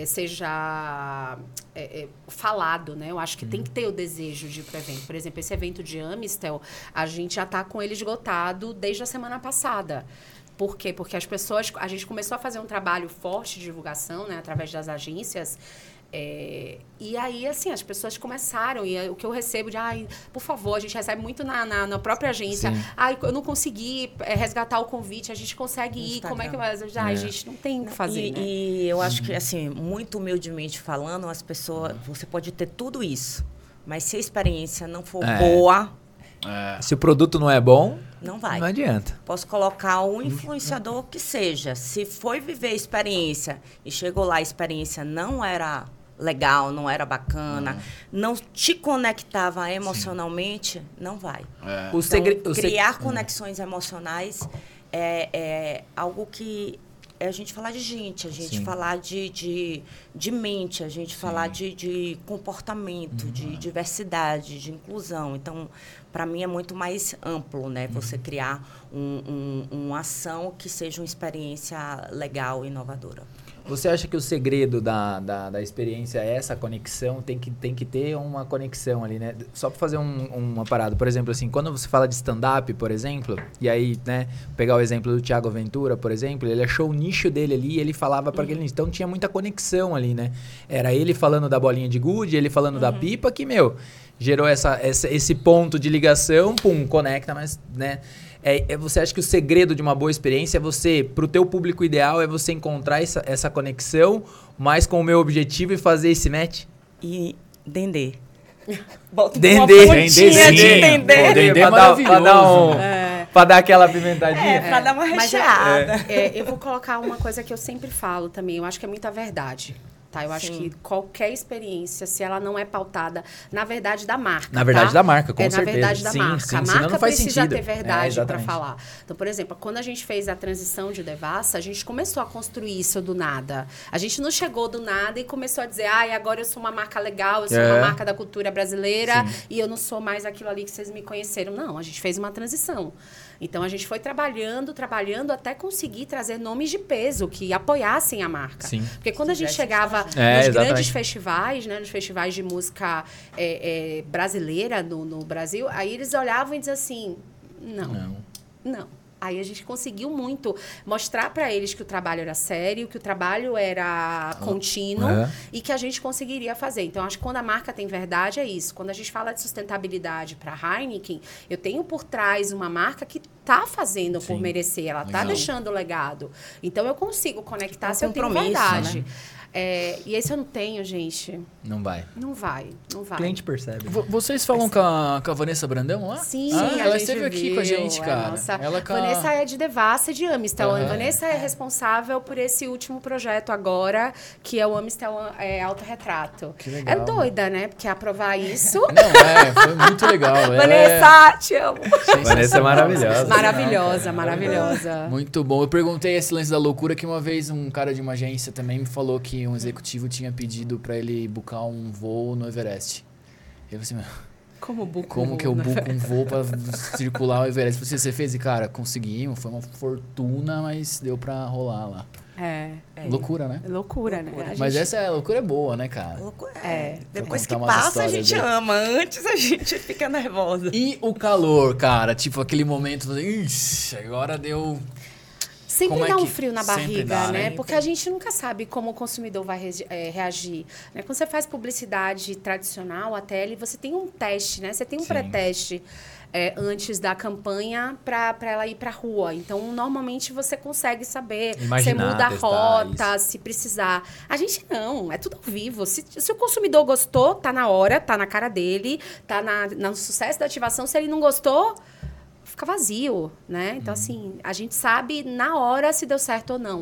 seja é, é, falado, né? Eu acho que tem que ter o desejo de ir para o evento. Por exemplo, esse evento de Amistel, a gente já está com ele esgotado desde a semana passada. Por quê? Porque as pessoas... A gente começou a fazer um trabalho forte de divulgação, né? Através das agências. É, e aí, assim, as pessoas começaram. E o que eu recebo de... Ai, por favor, a gente recebe muito na, na, na própria agência. Sim. Ai, eu não consegui é, resgatar o convite. A gente consegue ir. Instagram. Como é que vai? Ai, É. gente, não tem o que fazer, e, né? e eu acho que, assim, muito humildemente falando, as pessoas... Você pode ter tudo isso, mas se a experiência não for É. boa, É. Se o produto não é bom, não vai. não adianta. Posso colocar um influenciador que seja. Se foi viver a experiência e chegou lá, a experiência não era legal, não era bacana, não te conectava emocionalmente, não vai. É. O Então, segre- o seg- criar conexões emocionais é, é algo que é a gente falar de gente, a gente Sim. falar de, de, de mente, a gente falar de, de comportamento, de diversidade, de inclusão. Então, para mim, é muito mais amplo, né? Você criar um, um, uma ação que seja uma experiência legal e inovadora. Você acha que o segredo da, da, da experiência é essa conexão? Tem que, tem que ter uma conexão ali, né? Só para fazer um, uma parada. Por exemplo, assim, quando você fala de stand-up, por exemplo, e aí, né, pegar o exemplo do Thiago Ventura, por exemplo, ele achou o nicho dele ali e ele falava para aquele nicho. Então tinha muita conexão ali, né? Era ele falando da bolinha de gude, ele falando da pipa, que, meu, gerou essa, essa, esse ponto de ligação, pum, conecta, mas, né? É, é, você acha que o segredo de uma boa experiência é você, pro teu público ideal, é você encontrar essa, essa conexão, mais com o meu objetivo e fazer esse match? E Dendê. Bota Dendê, uma Dendê, pontinha sim. de Dendê. Pô, Dendê é pra dar, pra dar um, maravilhoso. pra dar aquela pimentadinha. É, pra dar uma Mas é- recheada. é, eu vou colocar uma coisa que eu sempre falo também. Eu acho que é muita verdade. Tá? Eu acho Sim. que qualquer experiência, se ela não é pautada na verdade da marca. Na verdade tá? da marca, com é, certeza. Na verdade da Sim, marca. sim, a senão marca não faz precisa sentido. ter É, verdade para exatamente. falar. Então, por exemplo, quando a gente fez a transição de Devassa, a gente começou a construir isso do nada. A gente não chegou do nada e começou a dizer, ai, agora eu sou uma marca legal, eu sou É. uma marca da cultura brasileira Sim. e eu não sou mais aquilo ali que vocês me conheceram. Não, a gente fez uma transição. Então, a gente foi trabalhando, trabalhando até conseguir trazer nomes de peso que apoiassem a marca. Sim. Porque quando a gente Tivesse chegava É, nos exatamente. grandes festivais, né, nos festivais de música é, é, brasileira no, no Brasil, aí eles olhavam e diziam assim, não, Não. não. Aí a gente conseguiu muito mostrar para eles que o trabalho era sério, que o trabalho era contínuo É. e que a gente conseguiria fazer. Então, acho que quando a marca tem verdade, é isso. Quando a gente fala de sustentabilidade para a Heineken, eu tenho por trás uma marca que está fazendo por Sim. merecer, ela está Legal. deixando o legado. Então, eu consigo conectar É um se eu tenho compromisso, verdade. né? É, e esse eu não tenho, gente. Não vai. Não vai, não vai. O cliente percebe. Vo- Vocês falam com a, com a Vanessa Brandão lá? Sim, ah, a ela gente esteve aqui com a viu, gente, é cara. nossa- Ela com a- Vanessa é de Devassa e de Amistel. Aham. A Vanessa é responsável por esse último projeto agora, que é o Amistel é, Autorretrato. Que legal. É doida, né? Porque aprovar isso... Não, é, foi muito legal. Ela Vanessa, te amo! é Vanessa é maravilhosa. Maravilhosa, maravilhosa. Muito bom. Eu perguntei esse lance da loucura que uma vez um cara de uma agência também me falou que um executivo tinha pedido pra ele buscar um voo no Everest. Eu falei assim, meu, Como buco. como que eu buco um voo pra circular o Everest? Você, você fez? E, cara, conseguimos. Foi uma fortuna, mas deu pra rolar lá. É, É. Loucura, né? é loucura, né? A Mas gente- essa é, loucura é boa, né, cara? Loucura. É. Depois Contar que umas passa, a histórias gente dele. ama. Antes, a gente fica nervosa. E o calor, cara? Tipo, aquele momento, ixi, agora deu... Sempre Como é dá um que- frio na sempre barriga, dá, né? né? Porque a gente nunca sabe como o consumidor vai regi- eh, reagir. Né? Quando você faz publicidade tradicional, a tele, você tem um teste, né? Você tem um Sim. pré-teste eh, antes da campanha para ela ir para a rua. Então, normalmente, você consegue saber. Imaginar, você muda a testar, rota, se precisar. A gente não, é tudo ao vivo. Se, se o consumidor gostou, tá na hora, tá na cara dele, tá na, no sucesso da ativação. Se ele não gostou... fica vazio, né? Então, assim, a gente sabe na hora se deu certo ou não.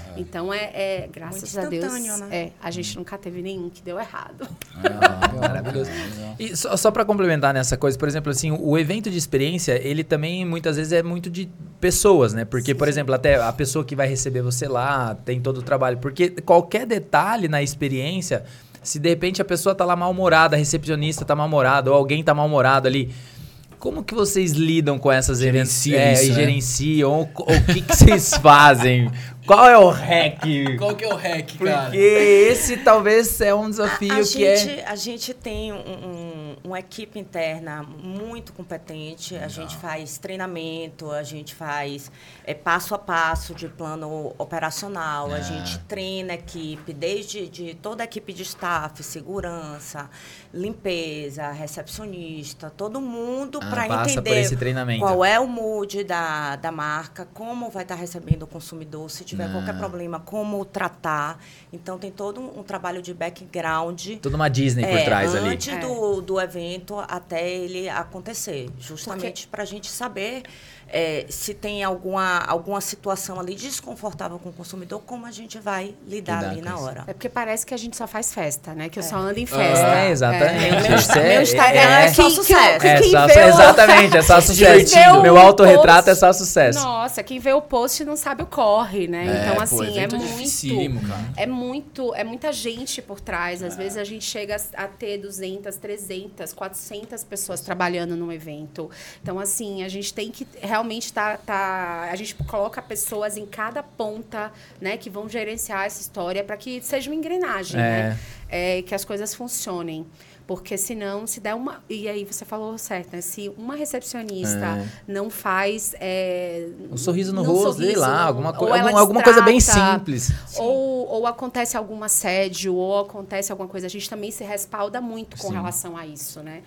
Então, é, é graças Muito a Deus, instantâneo, né? é, a gente nunca teve nenhum que deu errado. Ah, maravilhoso. E só, só para complementar nessa coisa, por exemplo, assim, o evento de experiência, ele também muitas vezes é muito de pessoas, né? Porque, sim, por exemplo, até a pessoa que vai receber você lá tem todo o trabalho. Porque qualquer detalhe na experiência, se de repente a pessoa tá lá mal-humorada, a recepcionista tá mal-humorada, ou alguém tá mal-humorado ali, como que vocês lidam com essas Gerencia eventos? É, isso, e né? gerenciam? Ou o que, que vocês fazem? Qual é o hack? Qual que é o hack, cara? Porque esse talvez é um desafio a, a que gente, é... A gente tem um, um, uma equipe interna muito competente. A gente faz treinamento, a gente faz é, passo a passo de plano operacional. É. A gente treina a equipe, desde de toda a equipe de staff, segurança, limpeza, recepcionista, todo mundo Ah, para passa por entender esse treinamento. qual é o mood da, da marca, como vai estar recebendo o consumidor, se tiver Ah. qualquer problema, como tratar. Então, tem todo um, um trabalho de background. Toda uma Disney por é, trás ali. antes do, do evento até ele acontecer. Justamente para a gente saber é, se tem alguma, alguma situação ali desconfortável com o consumidor, como a gente vai lidar, Lidar ali com na isso. hora. É porque parece que a gente só faz festa, né? Que eu só ando em É, festa. exatamente. Meu, Isso é- meu Instagram é- é, só Quem- sucesso. É Quem só, vê o- exatamente, é só sucesso. vê o Meu autorretrato post- é só sucesso. Nossa, quem vê o post não sabe o corre, né? É, então, pô, assim, é evento é muito. dificílimo, cara. É muito, é muita gente por trás. Às vezes a gente chega a ter duzentas, trezentas, quatrocentas pessoas trabalhando num evento. Então, assim, a gente tem que realmente tá, tá a gente coloca pessoas em cada ponta, né, que vão gerenciar essa história para que seja uma engrenagem, É. né? É, que as coisas funcionem. Porque senão, se der uma... E aí você falou certo, né? Se uma recepcionista É. não faz... É, Um sorriso no não rosto, sei sorriso, lá, não- alguma, ou coi- ela alguma, alguma coisa bem destrata, simples. Ou, ou acontece algum assédio, ou acontece alguma coisa. A gente também se respalda muito com Sim. relação a isso, né?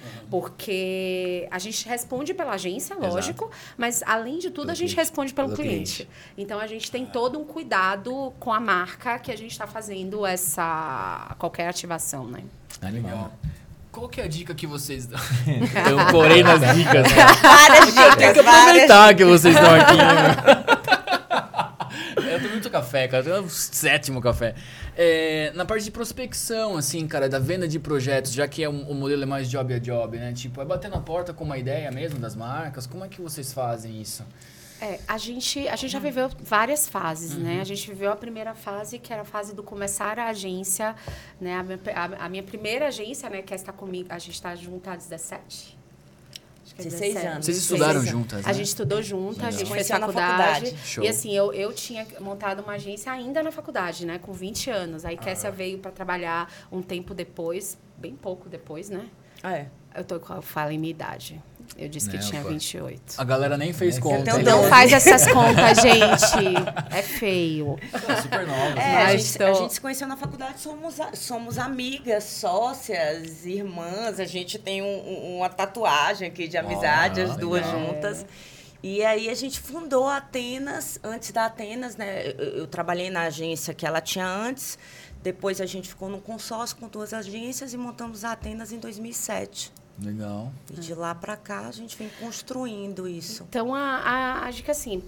Porque a gente responde pela agência, lógico, mas além de tudo, Pelo a gente cliente. responde pelo, Pelo cliente. Então a gente tem todo um cuidado com a marca que a gente está fazendo essa qualquer ativação, né? Animal. Qual que é a dica que vocês dão? Eu corei nas dicas, né? Várias Tem que dicas, várias aproveitar que vocês estão aqui. Né? Eu tô muito café, cara. Eu tô no sétimo café. É, na parte de prospecção, assim, cara, da venda de projetos, já que é um, o modelo é mais job a job, né? Tipo, é bater na porta com uma ideia mesmo das marcas. Como é que vocês fazem isso? É, a gente, a gente já viveu várias fases, né? A gente viveu a primeira fase, que era a fase do começar a agência, né? A minha, a, a minha primeira agência, né? Que está comigo, a gente está junto há dezessete. Acho que é dezesseis dezessete. anos. Vocês estudaram Dezesseis anos. juntas, A né? gente estudou junto, a Legal. gente fez Conheceu na faculdade. faculdade. Show. E assim, eu, eu tinha montado uma agência ainda na faculdade, né? Com vinte anos. Aí Kessia veio para trabalhar um tempo depois, bem pouco depois, né? É. Eu, tô, eu falo em minha idade. Eu disse que Não, tinha pô. vinte e oito. A galera nem fez É, conta. tenho hein? doze. Não faz essas contas, gente. É feio. É super nova. É, a Mas gente, tô- a gente se conheceu na faculdade, somos, a- somos amigas, sócias, irmãs. A gente tem um- um- uma tatuagem aqui de amizade, Ah, as duas legal. juntas. E aí a gente fundou a Atenas. Antes da Atenas, né? Eu, eu trabalhei na agência que ela tinha antes. Depois a gente ficou num consórcio com duas agências e montamos a Atenas em dois mil e sete. Legal. E de lá para cá a gente vem construindo isso. Então, a, a, a dica, assim,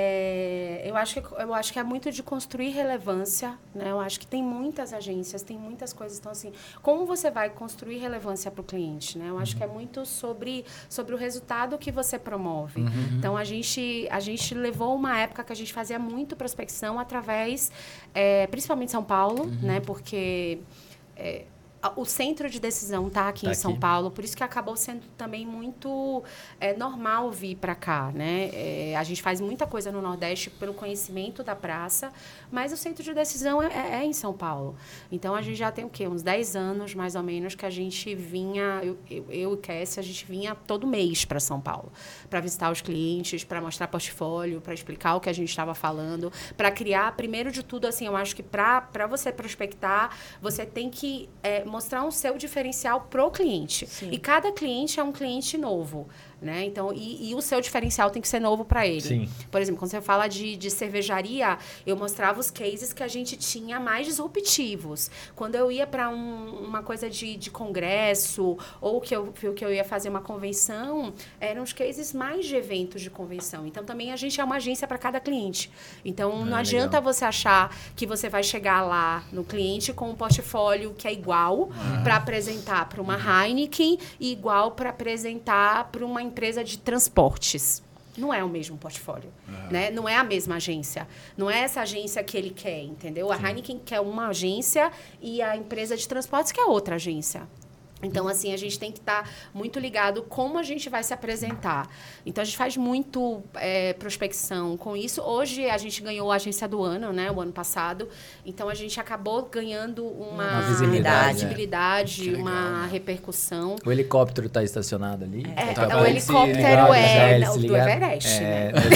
é, eu, acho que, eu acho que é muito de construir relevância, né? Eu acho que tem muitas agências, tem muitas coisas. Então, assim, como você vai construir relevância para o cliente, né? Eu acho que é muito sobre, sobre o resultado que você promove. Então, a gente, a gente levou uma época que a gente fazia muito prospecção através, é, principalmente São Paulo, né? Porque... É, o centro de decisão está aqui Tá em São aqui. Paulo, por isso que acabou sendo também muito é, normal vir para cá, né? É, a gente faz muita coisa no Nordeste pelo conhecimento da praça, mas o centro de decisão é, é- é em São Paulo. Então, a gente já tem o quê? Uns dez anos, mais ou menos, que a gente vinha, eu, eu, eu e Kessia, a gente vinha todo mês para São Paulo, para visitar os clientes, para mostrar portfólio, para explicar o que a gente estava falando, para criar, primeiro de tudo, assim, eu acho que para você prospectar, você tem que é, mostrar um seu diferencial pro cliente. Sim. E cada cliente é um cliente novo. Né? Então, e, e o seu diferencial tem que ser novo para ele. Sim. Por exemplo, quando você fala de, de cervejaria, eu mostrava os cases que a gente tinha mais disruptivos. Quando eu ia para um, uma coisa de, de congresso, ou que eu, que eu ia fazer uma convenção, eram os cases mais de eventos de convenção. Então, também a gente é uma agência para cada cliente. Então, Ah, não adianta legal. você achar que você vai chegar lá no cliente com um portfólio que é igual Ah. para apresentar para uma Heineken e igual para apresentar para uma empresa de transportes. Não é o mesmo portfólio, Uhum. né? Não é a mesma agência. Não é essa agência que ele quer, entendeu? A Heineken quer uma agência e a empresa de transportes quer outra agência. Então, assim, a gente tem que estar muito ligado como a gente vai se apresentar. Então, a gente faz muito é, prospecção com isso. Hoje, a gente ganhou a agência do ano, né? O ano passado. Então, a gente acabou ganhando uma, Uma visibilidade, uma, visibilidade, Que legal, uma né? repercussão. O helicóptero tá estacionado ali. É, Tá o bom. helicóptero Ligado, é hélice não, do ligado. Everest, É, né?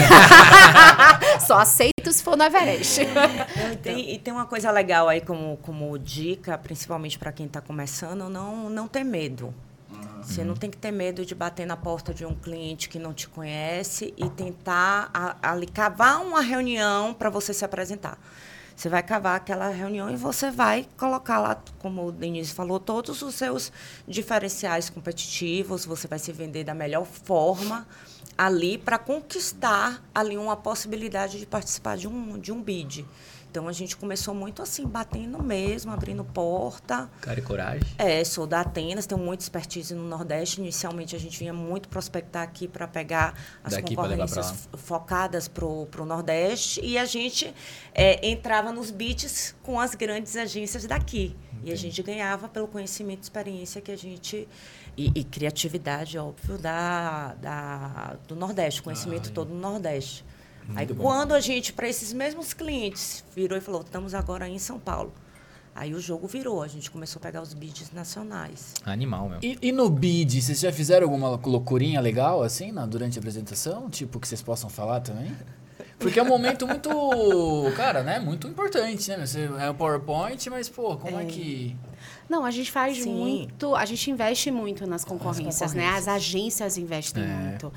Só aceito se for no Everest. Não, e, tem, e tem uma coisa legal aí como, como dica, principalmente para quem está começando, não, não ter medo. Você não tem que ter medo de bater na porta de um cliente que não te conhece e tentar a, ali cavar uma reunião para você se apresentar. Você vai cavar aquela reunião e você vai colocar lá, como o Denise falou, todos os seus diferenciais competitivos, você vai se vender da melhor forma ali para conquistar ali uma possibilidade de participar de um, de um bid. Então, a gente começou muito assim, batendo mesmo, abrindo porta. Cara e coragem. É, sou da Atenas, tenho muita expertise no Nordeste. Inicialmente, a gente vinha muito prospectar aqui para pegar as Daqui pra levar pra concorrências focadas para o Nordeste. E a gente é, entrava nos bids com as grandes agências daqui. Entendi. E a gente ganhava pelo conhecimento e experiência que a gente... E, e criatividade, óbvio, da, da, do Nordeste, conhecimento ah, todo no Nordeste. Muito Aí, bom. Quando a gente, para esses mesmos clientes, virou e falou, estamos agora aí em São Paulo. Aí o jogo virou, a gente começou a pegar os bids nacionais. Animal, meu. E, e no bid, vocês já fizeram alguma loucurinha legal, assim, na, durante a apresentação? Tipo, que vocês possam falar também? Porque é um momento muito, cara, né? Muito importante, né? Você é o PowerPoint, mas, pô, como é, é que... Não, a gente faz Sim. muito, a gente investe muito nas concorrências, As concorrências. né? As agências investem é. muito.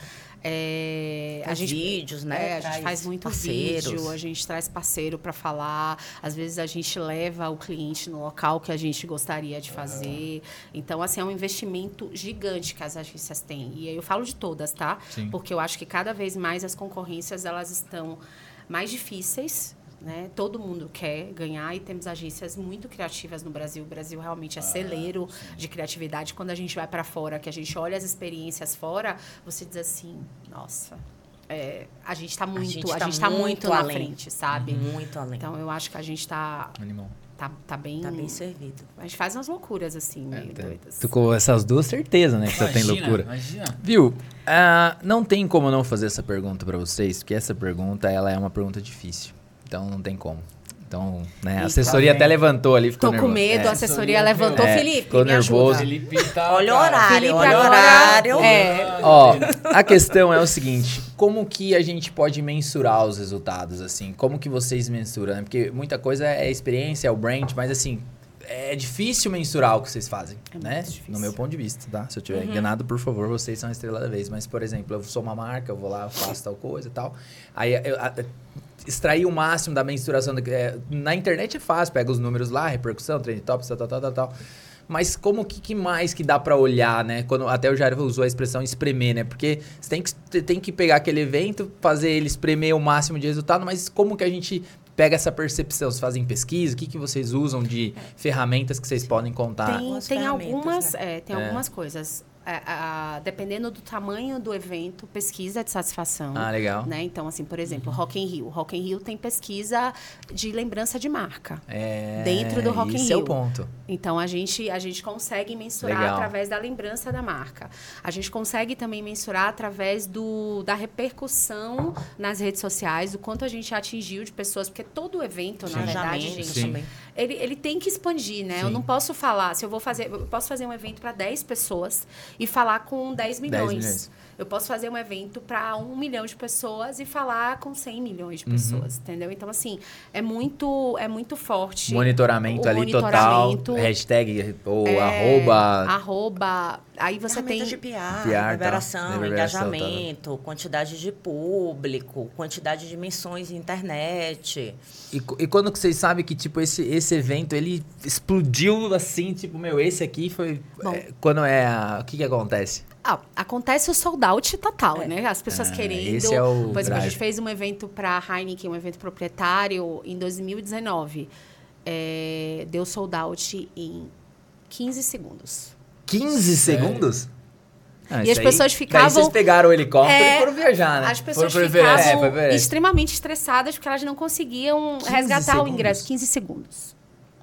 É, a gente, vídeos, né? É, a gente faz muito parceiros. vídeo, a gente traz parceiro para falar. Às vezes a gente leva o cliente no local que a gente gostaria de fazer. Então, assim, é um investimento gigante que as agências têm. E aí eu falo de todas, tá? Sim. Porque eu acho que cada vez mais as concorrências elas estão mais difíceis. Né? Todo mundo quer ganhar e temos agências muito criativas no Brasil. O Brasil realmente é celeiro ah, de criatividade. Quando a gente vai para fora, que a gente olha as experiências fora, você diz assim, nossa, é, a gente está muito, a gente tá, a gente tá muito, muito na frente, sabe? Muito além. Então, eu acho que a gente está... Tá, tá, bem, tá bem servido. A gente faz umas loucuras, assim, meio é, doidas. Tu com essas duas, certeza, né? Que imagina, você tem loucura. Imagina. Viu? Uh, não tem como não fazer essa pergunta para vocês, porque essa pergunta, ela é uma pergunta difícil. Então, não tem como. Então, né, a assessoria tá até levantou ali, ficou Tô nervoso. com medo, é. a assessoria levantou. É, Felipe, ficou me nervoso. ajuda. Felipe tá, olha o cara. horário, Felipe olha o agora- horário. É. Ó, a questão é o seguinte, como que a gente pode mensurar os resultados, assim? Como que vocês mensuram? Né? Porque muita coisa é experiência, é o brand, mas assim, é difícil mensurar o que vocês fazem, É né? muito difícil. No meu ponto de vista, tá? Se eu tiver uhum. enganado, por favor, vocês são a estrela da vez. Mas, por exemplo, eu sou uma marca, eu vou lá, eu faço tal coisa e tal. Aí, eu, a, extrair o máximo da mensuração. Da, é, na internet é fácil, pega os números lá, repercussão, trend topics, tal, tal, tal, tal, tal. Mas como que, que mais que dá pra olhar, né? Quando, até o Jair usou a expressão espremer, né? Porque você tem que, tem que pegar aquele evento, fazer ele espremer o máximo de resultado, mas como que a gente pega essa percepção? Vocês fazem pesquisa? O que, que vocês usam de ferramentas que vocês podem contar? Tem, tem algumas, né? é, tem É. algumas coisas. É, a, dependendo do tamanho do evento, pesquisa de satisfação. Ah, legal. Né? Então, assim, por exemplo, Rock in Rio. Rock in Rio tem pesquisa de lembrança de marca. É, dentro do Rock in esse Rio. é o ponto. Então, a gente, a gente consegue mensurar Legal. através da lembrança da marca. A gente consegue também mensurar através do, da repercussão nas redes sociais, do quanto a gente atingiu de pessoas, porque todo evento, na verdade, gente, Sim. ele, ele tem que expandir, né? Sim. Eu não posso falar, se eu vou fazer, eu posso fazer um evento para dez pessoas, e falar com dez milhões. dez milhões. Eu posso fazer um evento para um milhão de pessoas e falar com cem milhões de pessoas, uhum. entendeu? Então, assim, é muito, é muito forte. Monitoramento ali monitoramento, total, hashtag ou é, arroba... Arroba, aí você tem... de P R, P R, reverberação, tá. engajamento, tá. quantidade de público, quantidade de menções em internet. E, e quando que vocês sabem que, tipo, esse, esse evento, ele explodiu assim, tipo, meu, esse aqui foi... É, quando é... A, o que que acontece? Ah, acontece o sold out total, é. né? As pessoas ah, querendo... Esse é o Por exemplo, a gente drive. fez um evento para a Heineken, um evento proprietário, em dois mil e dezenove. É, deu sold out em quinze segundos. quinze segundos? Ah, E as aí- pessoas ficavam- Daí vocês pegaram o helicóptero É, e foram viajar, né? As pessoas Foram pro ficavam Everest. É, foi pro Everest. extremamente estressadas porque elas não conseguiam quinze resgatar segundos? o ingresso. quinze segundos.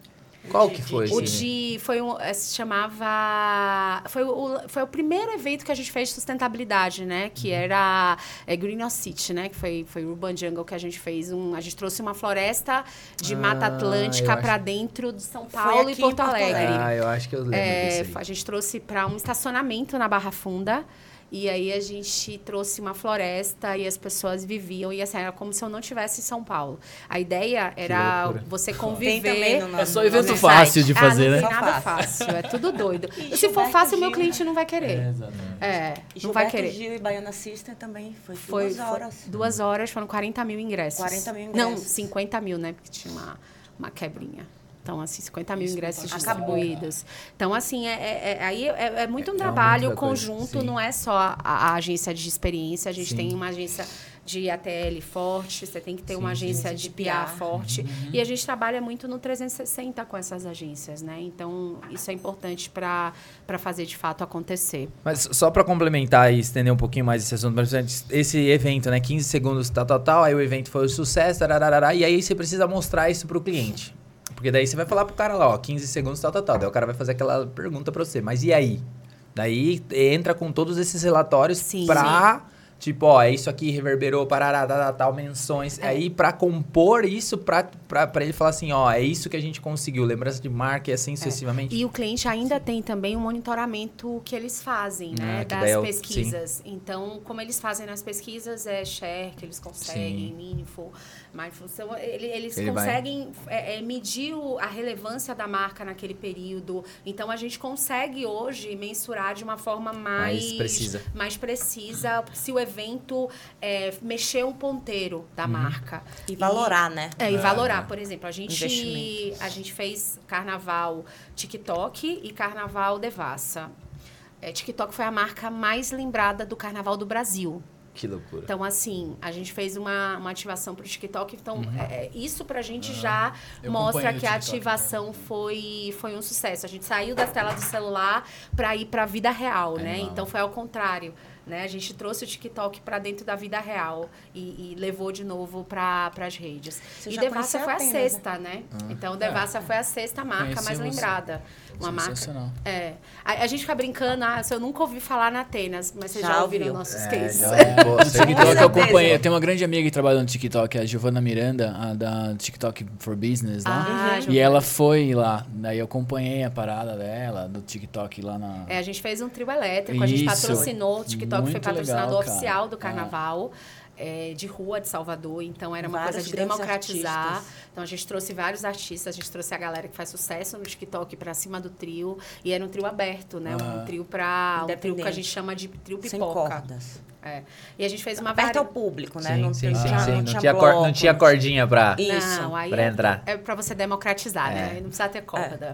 Qual que foi O esse? de... Foi um... eh, Se chamava... Foi o, foi o primeiro evento que a gente fez de sustentabilidade, né? Que era é, Green City, né? Que foi, foi o Urban Jungle que a gente fez. Um, a gente trouxe uma floresta de Ah, Mata eu Atlântica acho- para dentro de São Foi Paulo e aqui em Porto Porto Alegre. Alegre. Ah, eu acho que eu lembro É, disso aí. a gente trouxe para um estacionamento na Barra Funda. E aí a gente trouxe uma floresta e as pessoas viviam. E assim, era como se eu não estivesse em São Paulo. A ideia era loucura. você Tem também conviver... no, no, É só no evento nosso fácil site. de fazer, ah, não né? tem nada Só fácil, é tudo doido. E E se for Gilberto fácil, o meu Gil, cliente não vai querer. exatamente. É, E não vai Gilberto querer. Gil e Baiana System também. Foi, Foi, duas foi horas. duas horas, foram quarenta mil ingressos. quarenta mil Não, ingressos. cinquenta mil, né? Porque tinha uma, uma quebrinha. Então, assim, cinquenta mil ingressos acabou. distribuídos. Então, assim, é, é- é- aí é, é muito um É trabalho muita coisa, conjunto, sim. não é só a, a agência de experiência, a gente Sim. tem uma agência de A T L forte, você tem que ter uma Sim, agência sim. de De P P R R. forte. E a gente trabalha muito no trezentos e sessenta com essas agências, né? Então, isso é importante para fazer de fato acontecer. Mas só pra complementar e estender um pouquinho mais esse assunto, mas antes, esse evento, né, quinze segundos, tal, tal, tal, aí o evento foi um sucesso, tararará, e aí você precisa mostrar isso pro cliente. Porque daí você vai falar pro cara lá, ó, quinze segundos, tal, tal, tal, daí o cara vai fazer aquela pergunta pra você, mas e aí? Daí entra com todos esses relatórios Sim. pra... Tipo, ó, é isso aqui, reverberou, parará, tal, tal, tal, menções. É. Aí, pra compor isso, pra, pra, pra ele falar assim, ó, é isso que a gente conseguiu. Lembrança de marca e assim sucessivamente. E o cliente ainda tem também um monitoramento que eles fazem, né? Ah, que das daí é o- pesquisas. Então, como eles fazem nas pesquisas, é share, que eles conseguem, Sim. meaningful, mindful. Então, ele- eles Ele vai- conseguem é, é, medir o- a relevância da marca naquele período. Então, a gente consegue hoje mensurar de uma forma mais, Mais precisa. mais precisa se o evento é, mexer um ponteiro da Uhum. marca. E valorar, né? É, e valorar, por exemplo, a gente, Investimento. a gente fez carnaval TikTok e carnaval Devassa. É, TikTok foi a marca mais lembrada do carnaval do Brasil. Que loucura. Então, assim, a gente fez uma, uma ativação para o TikTok. Então, é, é, isso pra gente já Eu mostra acompanhei que o a TikTok, ativação foi, foi um sucesso. A gente saiu das telas do celular para ir para a vida real, né? Animal. Então, foi ao contrário. Né? A gente trouxe o TikTok para dentro da vida real e, e levou de novo para as redes. Você e já Devassa conhecia foi a Atenas, né? sexta, né? Então, Devassa foi a sexta marca Conheci mais você. lembrada. Uma marca. Sensacional. É. A, a gente fica brincando, ah, eu nunca ouvi falar na Atenas, mas vocês já, Já ouviram ouviu. nossos É, cases. já- Pô, No certeza. TikTok eu certeza. acompanhei. Eu tenho uma grande amiga que trabalha no TikTok, a Giovanna Miranda, a da TikTok for Business lá. Ah, E Giovana. ela foi lá. Daí eu acompanhei a parada dela, do TikTok lá na. É, a gente fez um trio elétrico, a gente Isso. patrocinou, o TikTok foi Muito patrocinador legal, cara. oficial do É. carnaval. é, de rua de Salvador, então era uma Vários coisa de grandes democratizar. artistas. Então a gente trouxe vários artistas, a gente trouxe a galera que faz sucesso no TikTok pra cima do trio, e era um trio aberto, né? Um Ah. trio para um trio que a Independente. gente chama de trio Sem pipoca. cordas. É. E a gente fez uma Aberto ao vari- público, né? Sim, não, sim, tinha, sim, não sim. tinha, Não tinha tinha, cor- bloco, não tinha cordinha pra... Isso. Não, aí pra é, entrar. é pra você democratizar, É. né? Não precisa ter corda.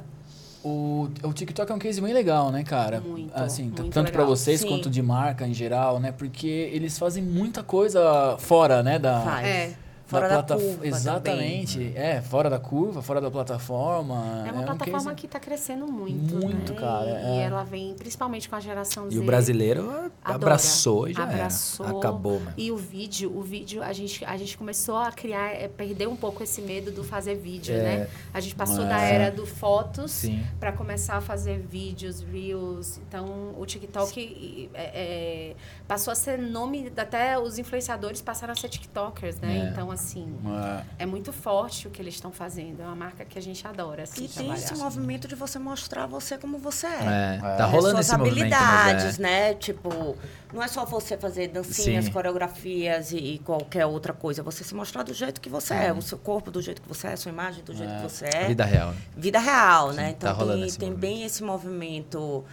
O, o TikTok é um case bem legal, né, cara? Muito, assim, t- muito tanto pra legal. vocês Sim. quanto de marca em geral, né? Porque eles fazem muita coisa fora, né, da Faz. É. Fora da plata- curva Exatamente. É, fora da curva, fora da plataforma. É uma um plataforma case- que está crescendo muito. Muito, né? cara, E é. ela vem principalmente com a geração Z. E o brasileiro Adora. abraçou e já Abraçou. era. Acabou, mano. E o vídeo, o vídeo, a gente, a gente começou a criar, é, perder um pouco esse medo do fazer vídeo, É. né? A gente passou É. da era do fotos Sim. para começar a fazer vídeos, reels. Então, o TikTok e, é, é, passou a ser nome, até os influenciadores passaram a ser TikTokers, né? É. Então, assim, É. é muito forte o que eles estão fazendo. É uma marca que a gente adora, assim, E tem trabalhar. esse movimento de você mostrar você como você é. É, É. tá rolando Suas esse movimento. habilidades, Mas é. né? Tipo, não é só você fazer dancinhas, Sim. coreografias e, e qualquer outra coisa. Você se mostrar do jeito que você é. O seu corpo do jeito que você é, a sua imagem do jeito que você é. Vida real. Né? Vida real, Sim, né? tá Então rolando tem, esse tem movimento. bem esse movimento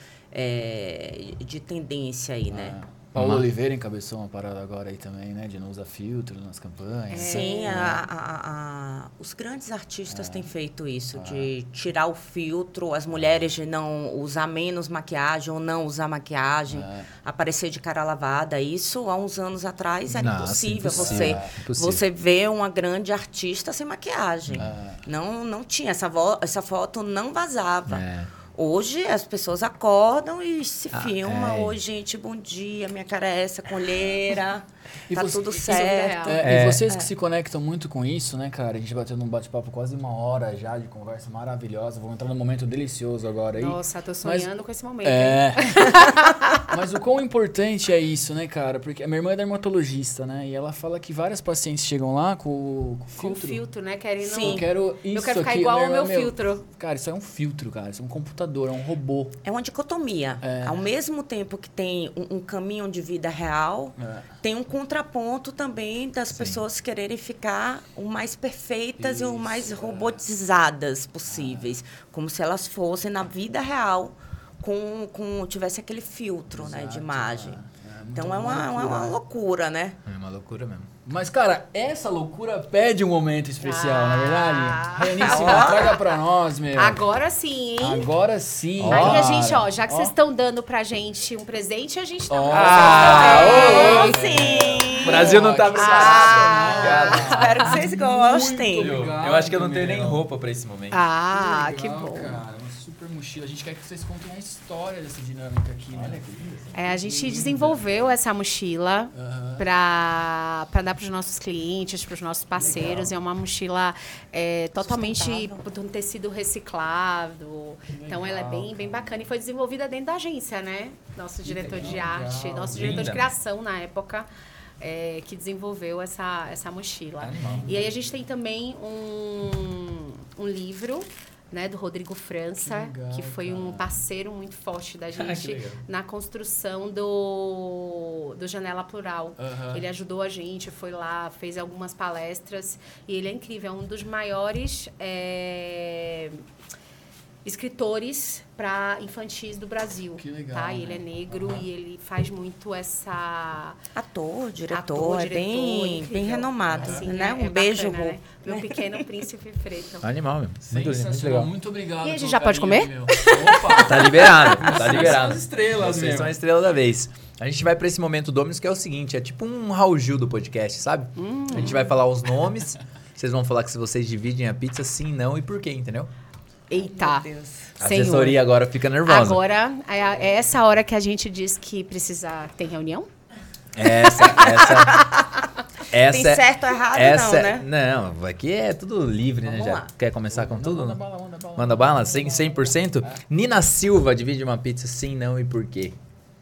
é, de tendência aí, né? Paulo Uma- Oliveira encabeçou uma parada agora aí também, né? De não usar filtro nas campanhas. Sim, a- a- a- os grandes artistas têm feito isso, de tirar o filtro, as mulheres de não usar menos maquiagem ou não usar maquiagem, aparecer de cara lavada. Isso, há uns anos atrás, era Nossa, impossível, impossível. você, Impossível. você ver uma grande artista sem maquiagem. Não, não tinha, essa, vo- essa foto não vazava. É. Hoje as pessoas acordam e se Ah, filmam. é. Oi, gente, bom dia, minha cara é essa, com olheira, E tá você- tudo e- certo. É, É. E vocês que se conectam muito com isso, né, cara? A gente bateu num bate-papo quase uma hora já de conversa maravilhosa. Vamos entrar num momento delicioso agora aí. Nossa, tô Mas- sonhando com esse momento. hein? É. Mas o quão importante é isso, né, cara? Porque a minha irmã é dermatologista, né? E ela fala que várias pacientes chegam lá com, com Com filtro. filtro, né? Querendo... Sim. Eu quero isso Eu quero ficar aqui. igual Minha ao meu irmã, filtro. Cara, isso é um filtro, cara. Isso é um computador, é um robô. É uma dicotomia. É. Ao mesmo tempo que tem um, um caminho de vida real, É. tem um contraponto também das pessoas quererem ficar o mais perfeitas e o mais Isso, é. robotizadas possíveis. Como se elas fossem, na vida real, com, com tivesse aquele filtro, né, de Exato, imagem. é. É Então muito- é uma, uma uma, uma loucura. loucura, né? É uma loucura mesmo. Mas, cara, essa loucura pede um momento especial, Ah. não é verdade? Reaníssima, traga pra nós, meu. Agora sim, hein? Agora sim. Ó. Aí a cara. gente, ó, já que Ó. vocês estão dando pra gente um presente, a gente tá Ó. dando Ah, pra ô, vocês. sim! O Brasil não tá que preparado. sensacional. Espero que vocês gostem. Muito Eu, obrigado, eu acho que eu não tenho meu. nem roupa pra esse momento. Ah, que legal, bom. Cara, uma super mochila. A gente quer que vocês contem a história dessa dinâmica aqui, né? É, a gente desenvolveu essa mochila Aham. para para dar para os nossos clientes, para os nossos parceiros. É uma mochila é, totalmente Sustentável. de um tecido reciclado. Então ela é bem, bem bacana e foi desenvolvida dentro da agência, né? Nosso diretor de legal. arte, nosso Linda. diretor de criação na época. é, que desenvolveu essa, essa mochila. Animal. E aí a gente tem também um, um livro, né, do Rodrigo França, Que legal, que foi um cara. parceiro muito forte da que gente legal. na construção do, do Janela Plural. Aham. Ele ajudou a gente, foi lá, fez algumas palestras e ele é incrível, é um dos maiores é, escritores para infantis do Brasil. Que legal, Tá? né? E ele é negro Aham. e ele faz muito essa Ator, diretor, Ator, é bem, diretor, bem incrível. renomado, Assim, né? é- Um é beijo, bacana, Rô. né? Meu pequeno príncipe preto. Animal mesmo. Muito lindo, muito Sensacional. legal. Muito obrigado. E a gente pelo já pode carinho, comer? meu. Opa! Tá liberado, tá Vocês liberado. são as estrelas, Vocês meu. são a estrela da vez. A gente vai pra esse momento Dominus, que é o seguinte, é tipo um Raul Gil do podcast, sabe? Hum. A gente vai falar os nomes, vocês vão falar que se vocês dividem a pizza, sim, não e por quê, entendeu? Eita. Meu Deus. A Senhor. assessoria agora fica nervosa. Agora, é é essa hora que a gente diz que precisa ter reunião? Essa, essa... essa Tem certo ou errado, essa, não, né? Não, aqui é tudo livre, né? Vamos Já lá. quer começar com tudo? Manda não? bala, manda bala. Manda bala? cem, cem por cento? Nina Silva divide uma pizza, sim, não e por quê?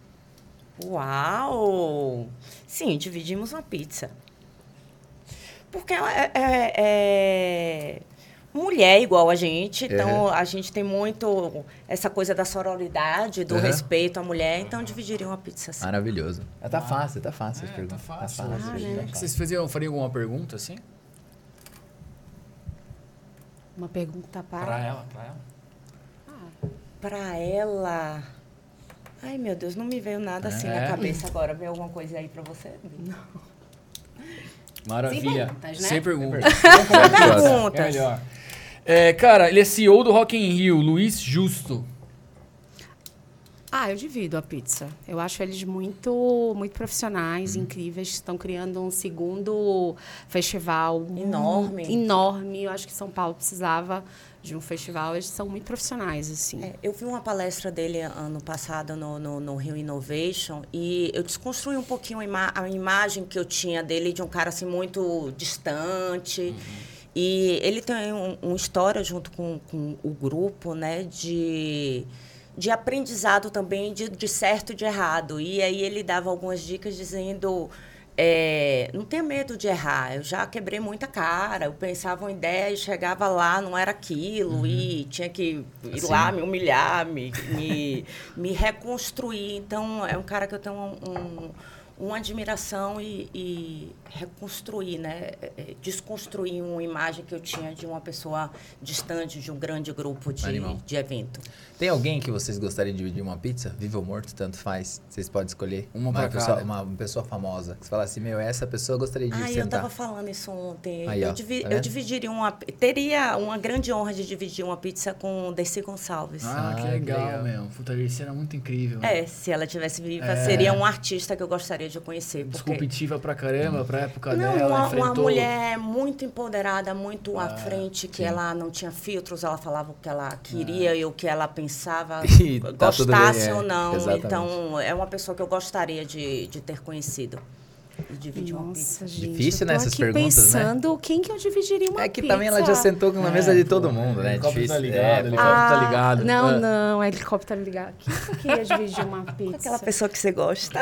Uau! Sim, dividimos uma pizza. Porque ela é, é- é mulher igual a gente, então Uhum. a gente tem muito essa coisa da sororidade, do Uhum. respeito à mulher, então dividiria uma pizza sim. Maravilhoso. Ah, tá fácil, tá fácil as É, perguntas. tá fácil. Tá hoje, fácil. né? tá fácil. Vocês faziam, fariam alguma pergunta, assim? Uma pergunta para... Pra ela, pra ela. Pra ela... Ai, meu Deus, não me veio nada assim É. na cabeça agora. Veio alguma coisa aí pra você? Maravilha. Sem perguntas, né? Sem perguntas. Maravilhosa. É Perguntas. melhor. É, cara, ele é C E O do Rock in Rio, Luiz Justo. Ah, eu divido a pizza. Eu acho eles muito, muito profissionais, Uhum. incríveis. Estão criando um segundo festival Enorme. mu- enorme. Eu acho que São Paulo precisava de um festival. Eles são muito profissionais, assim. É, eu vi uma palestra dele ano passado no, no, no Rio Innovation e eu desconstruí um pouquinho a, ima- a imagem que eu tinha dele de um cara assim muito distante. E ele tem um, uma história junto com, com o grupo, né, de, de aprendizado também de, de certo e de errado. E aí ele dava algumas dicas dizendo... é, não tenha medo de errar. Eu já quebrei muita cara. Eu pensava uma ideia e chegava lá, não era aquilo. Uhum. E tinha que ir assim. lá, me humilhar, me, me, me reconstruir. Então, é um cara que eu tenho um... um uma admiração e, e reconstruir, né? Desconstruir uma imagem que eu tinha de uma pessoa distante de um grande grupo de, de evento. Tem alguém que vocês gostariam de dividir uma pizza? Vivo ou morto, tanto faz. Vocês podem escolher uma, uma, pra pessoa, cada. uma, uma pessoa famosa. Que você fala assim, meu, essa pessoa eu gostaria de ah, sentar. Eu estava falando isso ontem. Aí, eu, ó, divi tá eu dividiria uma... Teria uma grande honra de dividir uma pizza com Dercy Gonçalves. Ah, ah que legal, legal. meu. Puta, Dercy era muito incrível. É, se ela tivesse viva, é. seria um artista que eu gostaria de conhecer. Porque... Disruptiva pra caramba, pra época não, dela. Uma, enfrentou... uma mulher muito empoderada, muito ah, à frente, que sim. ela não tinha filtros, ela falava o que ela queria ah. e o que ela pensava, e tá gostasse bem, é. ou não. Exatamente. Então, é uma pessoa que eu gostaria de, de ter conhecido. E dividir Nossa, uma pizza. gente, difícil nessas perguntas, pensando né? quem que eu dividiria uma É que pizza. também ela já sentou na mesa é, de todo pô, mundo, né? Helicóptero Difícil. tá ligado, é, helicóptero Ah, tá ligado. não, ah. não, helicóptero tá ligado. Quem que eu queria dividir uma pizza? Aquela pessoa que você gosta. É.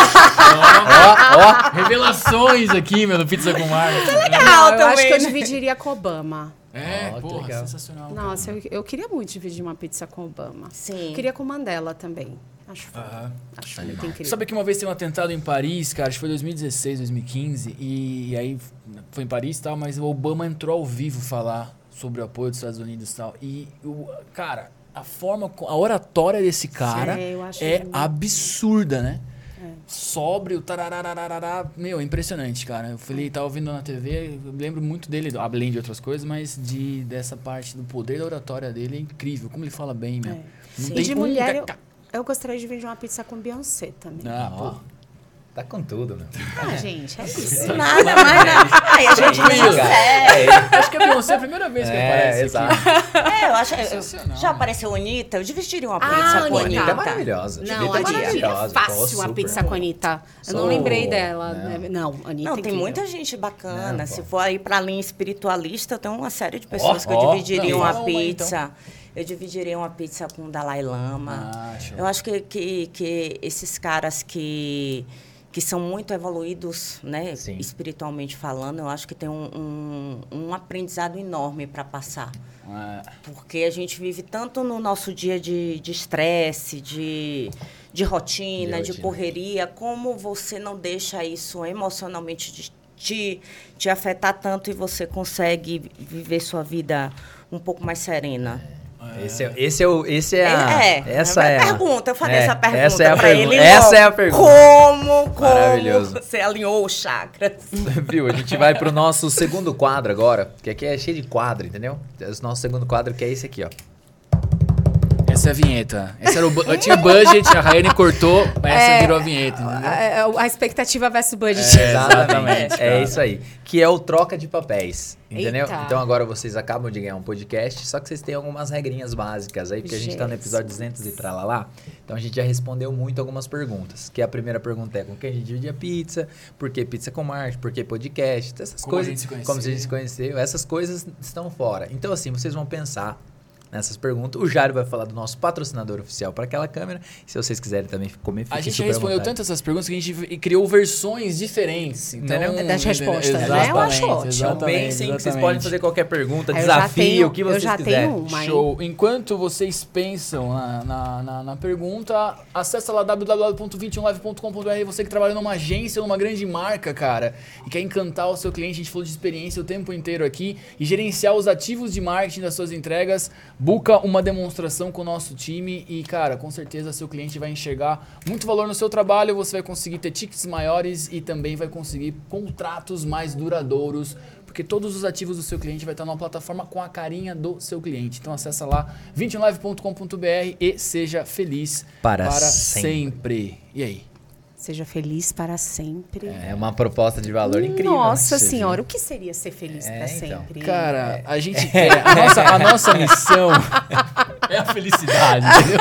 Ó, ó, revelações aqui, meu, no Pizza com Marcos. Legal Não, eu também, acho que eu né? dividiria com Obama. É, oh, porra, sensacional. Nossa, eu, eu queria muito dividir uma pizza com Obama. Sim. Queria com Mandela também. Acho, Aham. acho muito incrível. Sabe que uma vez teve um atentado em Paris, cara, acho que foi dois mil e dezesseis, dois mil e quinze, e, e aí foi em Paris e tal, mas o Obama entrou ao vivo falar sobre o apoio dos Estados Unidos e tal. E, o, cara, a forma, a oratória desse cara Sim, eu acho é muito... absurda, né? É. Sóbrio, tararararará, meu, impressionante, cara. Eu falei, tava ouvindo na T V, eu lembro muito dele, além de outras coisas, mas de, dessa parte do poder da oratória dele é incrível, como ele fala bem, meu. É. Não E tem de um mulher, eu, ca- eu gostaria de dividir uma pizza com Beyoncé também. Ah, Ó, pô. tá com tudo, né? Ah, gente, é isso. Nada mais, nada. Aí a gente não Tranquilo. consegue. Acho que a Beyoncé é a primeira vez que É, aparece exato. aqui. É, eu acho. eu- Sensacional. Já apareceu a Anitta? Eu dividiria uma Ah, pizza com a Anitta. Anitta. É maravilhosa. Não, Anitta a Anitta é maravilhosa. fácil Pô, uma super. pizza com a Anitta. Eu não Sou- lembrei dela. Não. né? Não, a Anitta Não, é tem incrível. muita gente bacana. Não, Se pô. for aí pra linha espiritualista, eu tenho uma série de pessoas Ó, que eu ó. dividiria Não, uma fala uma, então. pizza. Eu dividiria uma pizza com o Dalai Lama. Ah, show. eu acho que, que, que esses caras que, que são muito evoluídos, né, Sim. espiritualmente falando, eu acho que tem um, um, um aprendizado enorme para passar. Ah, Porque a gente vive tanto no nosso dia de de estresse, de, de rotina, De de, rotina. correria, como você não deixa isso emocionalmente de, te, te afetar tanto e você consegue viver sua vida um pouco mais serena. Esse é, esse é o. Esse é a, É, essa é é a a pergunta. Eu falei é, essa pergunta essa é a pra pergunta. ele. Essa logo. é a pergunta. Como, como Maravilhoso. você alinhou os chakras? Viu? A gente vai pro nosso segundo quadro agora, que aqui é cheio de quadro, entendeu? O nosso segundo quadro que é esse aqui, ó. essa é a vinheta. Essa era o bu- eu tinha budget, a Rayane cortou, mas essa É, virou a vinheta, entendeu? A, a expectativa versus budget. É, Exatamente. cara. É isso aí. Que é o troca de papéis. Entendeu? Eita. Então agora vocês acabam de ganhar um podcast, só que vocês têm algumas regrinhas básicas aí, porque a gente tá no episódio duzentos e tralalá. Então a gente já respondeu muito algumas perguntas. Que a primeira pergunta é com quem a gente divide a pizza, por que pizza com Marte, por que podcast, essas Como a coisas. gente se conheceu. Como a gente se conheceu. Essas coisas estão fora. Então assim, vocês vão pensar nessas perguntas. O Jário vai falar do nosso patrocinador oficial para aquela câmera. Se vocês quiserem também comer, fiquem A gente já super à respondeu vontade. tanto essas perguntas que a gente criou versões diferentes. Então, Entendeu? Das respostas, né? Exatamente, Eu acho ótimo. Então exatamente, pensem que vocês exatamente. podem fazer qualquer pergunta, Aí eu já desafio, tenho- o que vocês Eu já quiserem. tenho uma, hein? Show. Enquanto vocês pensam na, na, na, na pergunta, acessa lá w w w ponto vinte e um live ponto com ponto b r. Você que trabalha numa agência, numa grande marca, cara, e quer encantar o seu cliente, a gente falou de experiência o tempo inteiro aqui, e gerenciar os ativos de marketing das suas entregas, buca uma demonstração com o nosso time e, cara, com certeza seu cliente vai enxergar muito valor no seu trabalho, você vai conseguir ter tickets maiores e também vai conseguir contratos mais duradouros, porque todos os ativos do seu cliente vai estar numa plataforma com a carinha do seu cliente. Então acessa lá vinte e um live ponto com ponto b r e seja feliz Para para, sempre. sempre. E aí? Seja feliz para sempre. É uma proposta de valor incrível. Nossa né? Você senhora, viu? o que seria ser feliz É, para então. sempre? Cara, a gente quer. A nossa, a nossa missão é a felicidade, entendeu?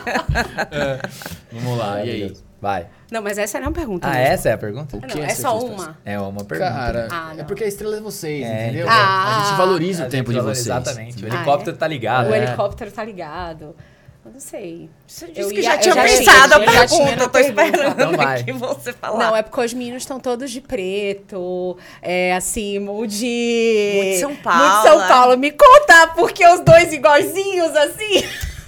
É. Vamos lá, e aí? Vai. Não, mas essa não é uma pergunta. Ah, mesmo. essa é a pergunta? O Não, que é ser só feliz? uma. É uma pergunta. Cara, Ah, é não. porque a estrela é vocês, É, entendeu? então. a gente valoriza A o tempo de gente valoriza- vocês. Exatamente. O Ah, helicóptero é? tá ligado. O né? helicóptero tá ligado. Eu não sei. Você disse Eu que ia- já eu tinha já pensado tinha, a eu já tinha pergunta. na Eu tô esperando pergunta. Então vai. que você falar. Não, é porque os meninos estão todos de preto, é assim, de... Muito São Paulo, Muito São é. Paulo. Me conta, porque os dois igualzinhos, assim.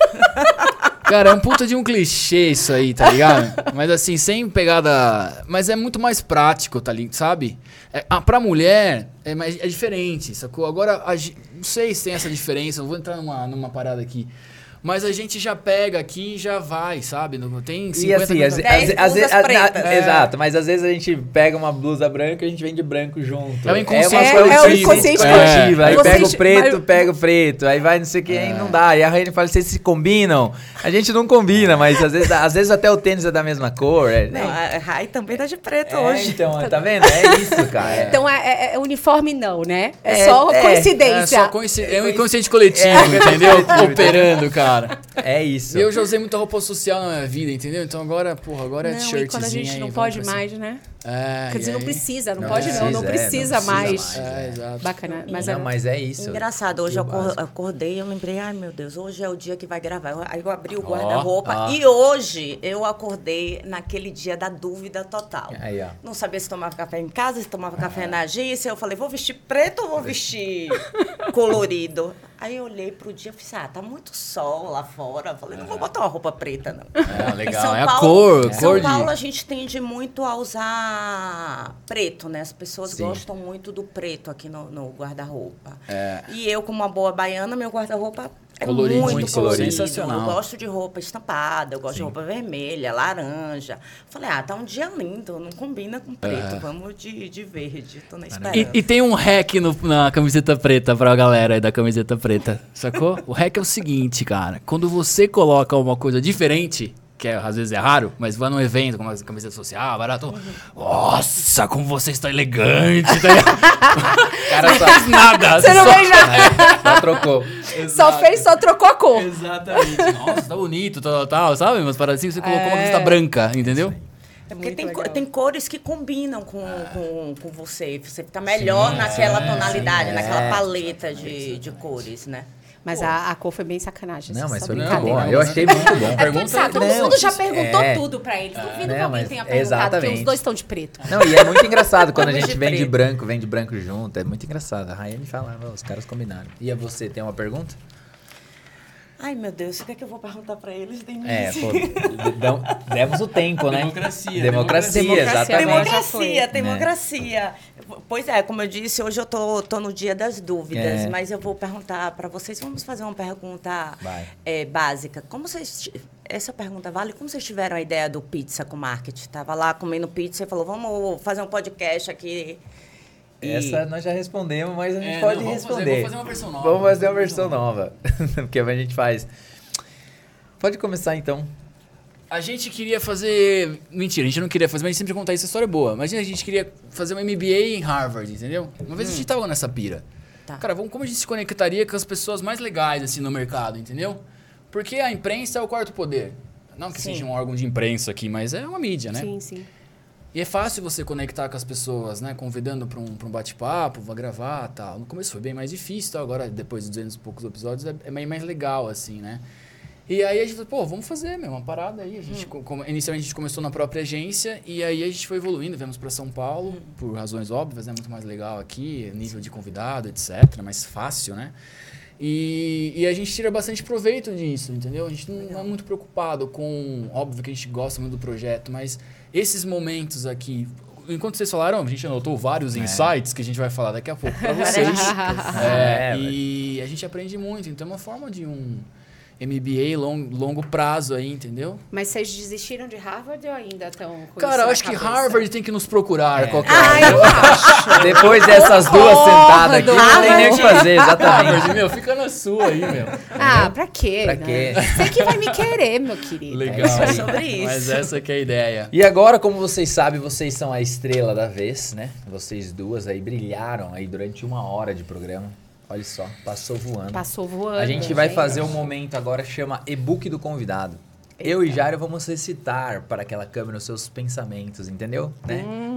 Cara, é um puta de um clichê isso aí, tá ligado? Mas assim, sem pegada... Mas é muito mais prático, tá ligado? Sabe? É, ah, pra mulher, é, mais, é diferente, sacou? Agora, a, gen- não sei se tem essa diferença, não vou entrar numa, numa parada aqui. Mas a gente já pega aqui e já vai, sabe? Não- Tem E cinquenta assim, às, minutos- dez às- às vezes... blusas pretas. a- Exato, mas às vezes a gente pega uma blusa branca e a gente vende branco junto. É o inconsciente uma coisa coletivo. É o inconsciente coletiva. Aí coletivo. pega o Vocês- preto, mas- pega o preto. Aí vai não sei o que, aí não dá. E a Raine fala, vocês se combinam? A gente não combina, mas às vezes, às vezes até o tênis é da mesma cor. É, Não, a Rai também tá de preto é, hoje. então, tá vendo? É isso, cara. Então, é, é- é uniforme não, né? É, É, só é. coincidência. É, só coinci- é um inconsciente coletivo, É, entendeu? coletivo, Operando, cara. É isso. E eu já usei muita roupa social na minha vida, entendeu? Então agora, porra, agora é Não, t-shirtzinha e quando a gente aí, não vamos pode pra cima. mais, né? É, Quer dizer, e não aí? precisa, não, Não pode não, não precisa, é, precisa, não precisa mais. mais. É, exato. Bacana. Mas, Não, é- mas é isso. Engraçado, hoje eu Que acor- básico. acordei, eu lembrei, ai meu Deus, hoje é o dia que vai gravar. Eu- Aí eu abri o Ó, guarda-roupa ó. e hoje eu acordei naquele dia da dúvida total. Aí, ó. Não sabia se tomava café em casa, se tomava café na agência. Eu falei, vou vestir preto ou vou vestir colorido? Aí eu olhei pro dia e falei, ah, tá muito sol lá fora. Eu falei, não vou botar uma roupa preta, não. É, Em legal. São É a Paulo- cor, Em São cor de... Paulo a gente tende muito a usar preto, né? As pessoas Sim. gostam muito do preto aqui no, no guarda-roupa. É. E eu, como uma boa baiana, meu guarda-roupa é Colorido, muito, muito colorido. colorido. Sensacional. Eu gosto de roupa estampada, eu gosto Sim. de roupa vermelha, laranja. Falei, ah, tá um dia lindo, não combina com preto, vamos de, de verde, tô na esperança. E, e tem um hack no- na camiseta preta pra galera aí da camiseta preta, sacou? O hack é o seguinte, cara. Quando você coloca uma coisa diferente, que é, às vezes é raro, mas vai num evento com uma camiseta social, barato. Nossa, como você está elegante. Tá ligado? Cara, Não só, faz nada. Você não só- fez nada. só trocou. Só fez, só trocou a cor. Exatamente. Nossa, tá bonito, tal, tal, sabe? Umas paradas assim, você colocou uma É. camiseta branca, entendeu? É porque Muito tem, co- legal. tem cores que combinam com, com, com você. Você fica melhor Sim, naquela é, tonalidade, sim, naquela é. paleta de, de cores, né? Mas a, a cor foi bem sacanagem. Não, assim, mas só foi muito brincadeira. bom. Eu achei muito bom. É porque, Pergunta- sabe, todo Não, mundo já perguntou é. tudo pra eles. Duvido que Não, alguém mas tenha perguntado, exatamente. porque os dois estão de preto. Não, e é muito engraçado quando a Vamos gente de vende preto. branco, vende branco junto. É muito engraçado. A Rayane fala, "Ah, os caras combinaram." E a você, tem uma pergunta? Ai, meu Deus, o que é que eu vou perguntar pra eles, Denise? É, pô, dão- demos o tempo, né? Democracia, Democracia, democracia. exatamente. Democracia, É. democracia. Pois é, como eu disse, hoje eu tô, tô no dia das dúvidas, É. mas eu vou perguntar para vocês, vamos fazer uma pergunta Vai. é, básica. Como vocês, ti- essa pergunta vale, como vocês tiveram a ideia do pizza com marketing? Tava lá comendo pizza e falou, vamos fazer um podcast aqui. E- Essa nós já respondemos, mas a gente É, pode não, vamos fazer- responder. vamos fazer uma versão nova. Vamos fazer uma versão nova. Porque a gente faz. Pode começar então. A gente queria fazer... Mentira, a gente não queria fazer, mas a gente sempre conta isso, a história é boa. Imagina, a gente queria fazer um M B A em Harvard, entendeu? Uma vez a gente tava nessa pira. Tá. Cara, vamos, como a gente se conectaria com as pessoas mais legais, assim, no mercado, entendeu? Porque a imprensa é o quarto poder. Não que Sim. seja um órgão de imprensa aqui, mas é uma mídia, né? Sim, sim. E é fácil você conectar com as pessoas, né? Convidando para um, pra um bate-papo, vai gravar e tal. No começo foi bem mais difícil, tal. Agora, depois de duzentos e poucos episódios, é, é meio mais legal, assim, né? E aí a gente falou, pô, vamos fazer, meu, uma parada aí. A gente, Hum. co- como- inicialmente a gente começou na própria agência e aí a gente foi evoluindo, viemos para São Paulo, Hum. por razões óbvias, né? Muito mais legal aqui, nível de convidado, etcétera. Mais fácil, né? E, e a gente tira bastante proveito disso, entendeu? A gente não, não é muito preocupado com... Óbvio que a gente gosta muito do projeto, mas esses momentos aqui... Enquanto vocês falaram, a gente anotou vários É. insights que a gente vai falar daqui a pouco para vocês. É, É, e a gente aprende muito. Então é uma forma de um M B A long, longo prazo aí, entendeu? Mas vocês desistiram de Harvard ou ainda estão com Cara, isso eu na acho que cabeça? Harvard tem que nos procurar É. qualquer Ah, hora. eu acho. Depois dessas duas sentadas aqui, não tem nem o que fazer, Harvard, exatamente. meu, fica na sua aí, meu. Ah, pra quê? Pra né? quê? Você que vai me querer, meu querido. Legal. É sobre isso. Mas essa que é a ideia. E agora, como vocês sabem, vocês são a estrela da vez, né? Vocês duas aí brilharam aí durante uma hora de programa. Olha só, passou voando. Passou voando. A gente vai gente. fazer um momento agora que chama e-book do convidado. Eu e Jairo vamos recitar para aquela câmera os seus pensamentos, entendeu? Né?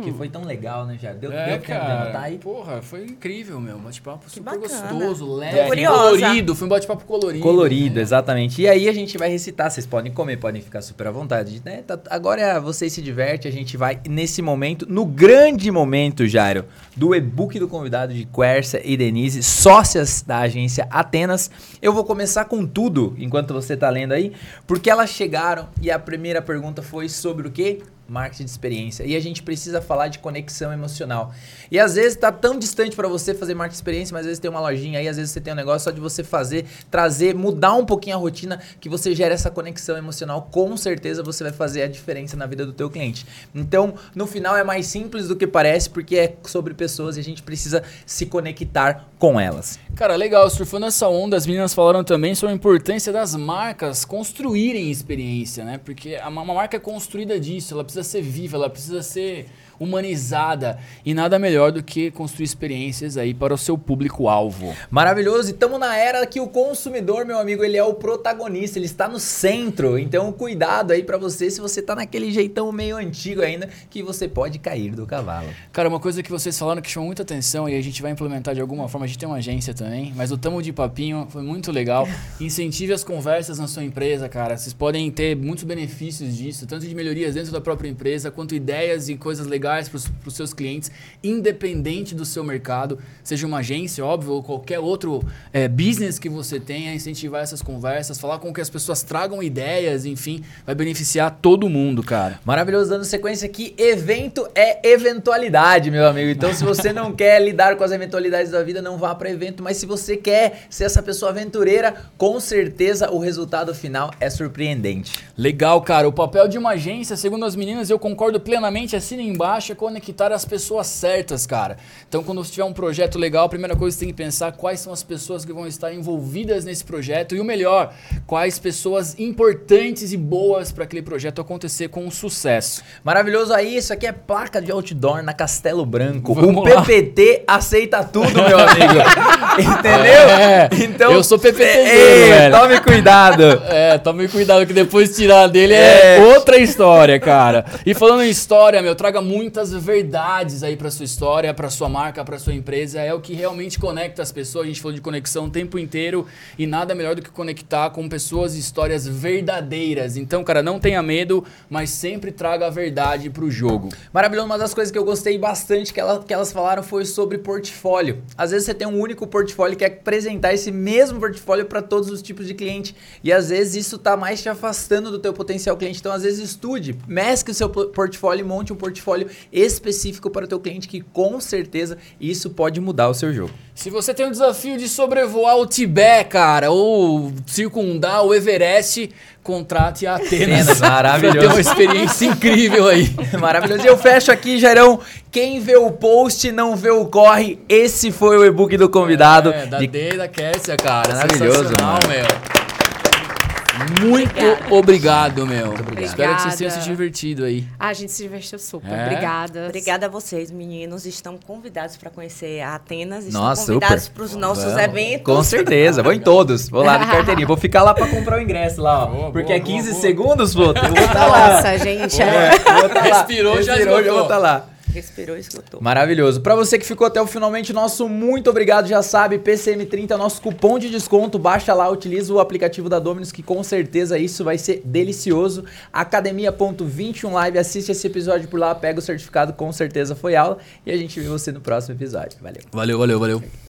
Porque foi tão legal, né, já? Deu, É, deu tempo de cara, anotar aí? porra, foi incrível, meu. Bate-papo super bacana. gostoso, Tô leve, curiosa. colorido. Foi um bate-papo colorido. Colorido, né? exatamente. E aí a gente vai recitar, vocês podem comer, podem ficar super à vontade, né? Tá- agora vocês se divertem, a gente vai nesse momento, no grande momento, Jairo, do e-book do convidado de Quercia e Denise, sócias da agência Atenas. Eu vou começar com tudo, enquanto você tá lendo aí, porque elas chegaram e a primeira pergunta foi sobre o quê? Marketing de experiência. E a gente precisa falar de conexão emocional. E às vezes tá tão distante para você fazer marketing de experiência, mas às vezes tem uma lojinha aí, às vezes você tem um negócio só de você fazer, trazer, mudar um pouquinho a rotina, que você gera essa conexão emocional, com certeza você vai fazer a diferença na vida do teu cliente. Então, no final é mais simples do que parece, porque é sobre pessoas e a gente precisa se conectar com elas. Cara, legal, surfando essa onda, as meninas falaram também sobre a importância das marcas construírem experiência, né? Porque uma marca é construída disso, ela precisa ser viva, ela precisa ser humanizada e nada melhor do que construir experiências aí para o seu público-alvo. Maravilhoso, e estamos na era que o consumidor, meu amigo, ele é o protagonista, ele está no centro, então cuidado aí para você se você tá naquele jeitão meio antigo ainda, que você pode cair do cavalo. Cara, uma coisa que vocês falaram que chamou muita atenção e a gente vai implementar de alguma forma, a gente tem uma agência também, mas o Tamo de Papinho foi muito legal. Incentive as conversas na sua empresa, cara, vocês podem ter muitos benefícios disso, tanto de melhorias dentro da própria empresa, quanto ideias e coisas legais para os seus clientes, independente do seu mercado, seja uma agência, óbvio, ou qualquer outro é, business que você tenha, incentivar essas conversas, falar com que as pessoas tragam ideias, enfim, vai beneficiar todo mundo, cara. Maravilhoso, dando sequência aqui, evento é eventualidade, meu amigo, então se você não quer lidar com as eventualidades da vida, não vá para evento, mas se você quer ser essa pessoa aventureira, com certeza o resultado final é surpreendente. Legal, cara, o papel de uma agência, segundo as meninas, eu concordo plenamente, assina embaixo, é conectar as pessoas certas, cara. Então, quando você tiver um projeto legal, a primeira coisa que você tem que pensar quais são as pessoas que vão estar envolvidas nesse projeto e o melhor, quais pessoas importantes e boas para aquele projeto acontecer com sucesso. Maravilhoso aí, isso aqui é placa de outdoor na Castelo Branco. Vamos o P P T aceita tudo, meu amigo. Entendeu? É, então, eu sou P P T ei, zero, velho. Tome cuidado. É, tome cuidado que depois tirar dele é, É. outra história, cara. E falando em história, meu, traga muitas verdades aí pra sua história, pra sua marca, pra sua empresa. É o que realmente conecta as pessoas. A gente falou de conexão o tempo inteiro e nada melhor do que conectar com pessoas e histórias verdadeiras. Então, cara, não tenha medo, mas sempre traga a verdade pro jogo. Maravilhoso, uma das coisas que eu gostei bastante que, ela, que elas falaram foi sobre portfólio. Às vezes você tem um único portfólio e quer apresentar esse mesmo portfólio para todos os tipos de cliente. E às vezes isso tá mais te afastando do teu potencial cliente. Então, às vezes, estude, mescle o seu portfólio e monte um portfólio específico para o teu cliente, que com certeza isso pode mudar o seu jogo. Se você tem o desafio de sobrevoar o Tibete, cara, ou circundar o Everest, contrate a Atenas. Atenas, maravilhoso. Pra ter uma experiência incrível aí. Maravilhoso. E eu fecho aqui, Jairão. Quem vê o post não vê o corre. Esse foi o e-book do convidado. É, da de... D e da Quercia, cara. Maravilhoso, Sensacional, mano. meu. Muito obrigado, meu. Obrigada. Espero que vocês tenham se divertido aí. Ah, a gente se divertiu super. É? Obrigada. Obrigada a vocês, meninos. Estão convidados para conhecer a Atenas. Estão Nossa, convidados super. para os nossos Vamos. eventos. Com certeza, vou em todos. Vou lá de carteirinha. Vou ficar lá pra comprar o ingresso lá, ó. Boa, Porque boa, é quinze boa, boa. segundos, pô. Eu vou estar lá. Nossa, gente. É, É. eu vou tá lá. Respirou, já Respirou, já esgotou. vou estar lá. Respirou e escutou. Maravilhoso. Pra você que ficou até o finalmente, nosso muito obrigado. Já sabe, P C M trinta é o nosso cupom de desconto. Baixa lá, utiliza o aplicativo da Dominus, que com certeza isso vai ser delicioso. academia ponto vinte e um Live, assiste esse episódio por lá, pega o certificado, com certeza foi aula. E a gente vê você no próximo episódio. Valeu. Valeu, valeu, valeu.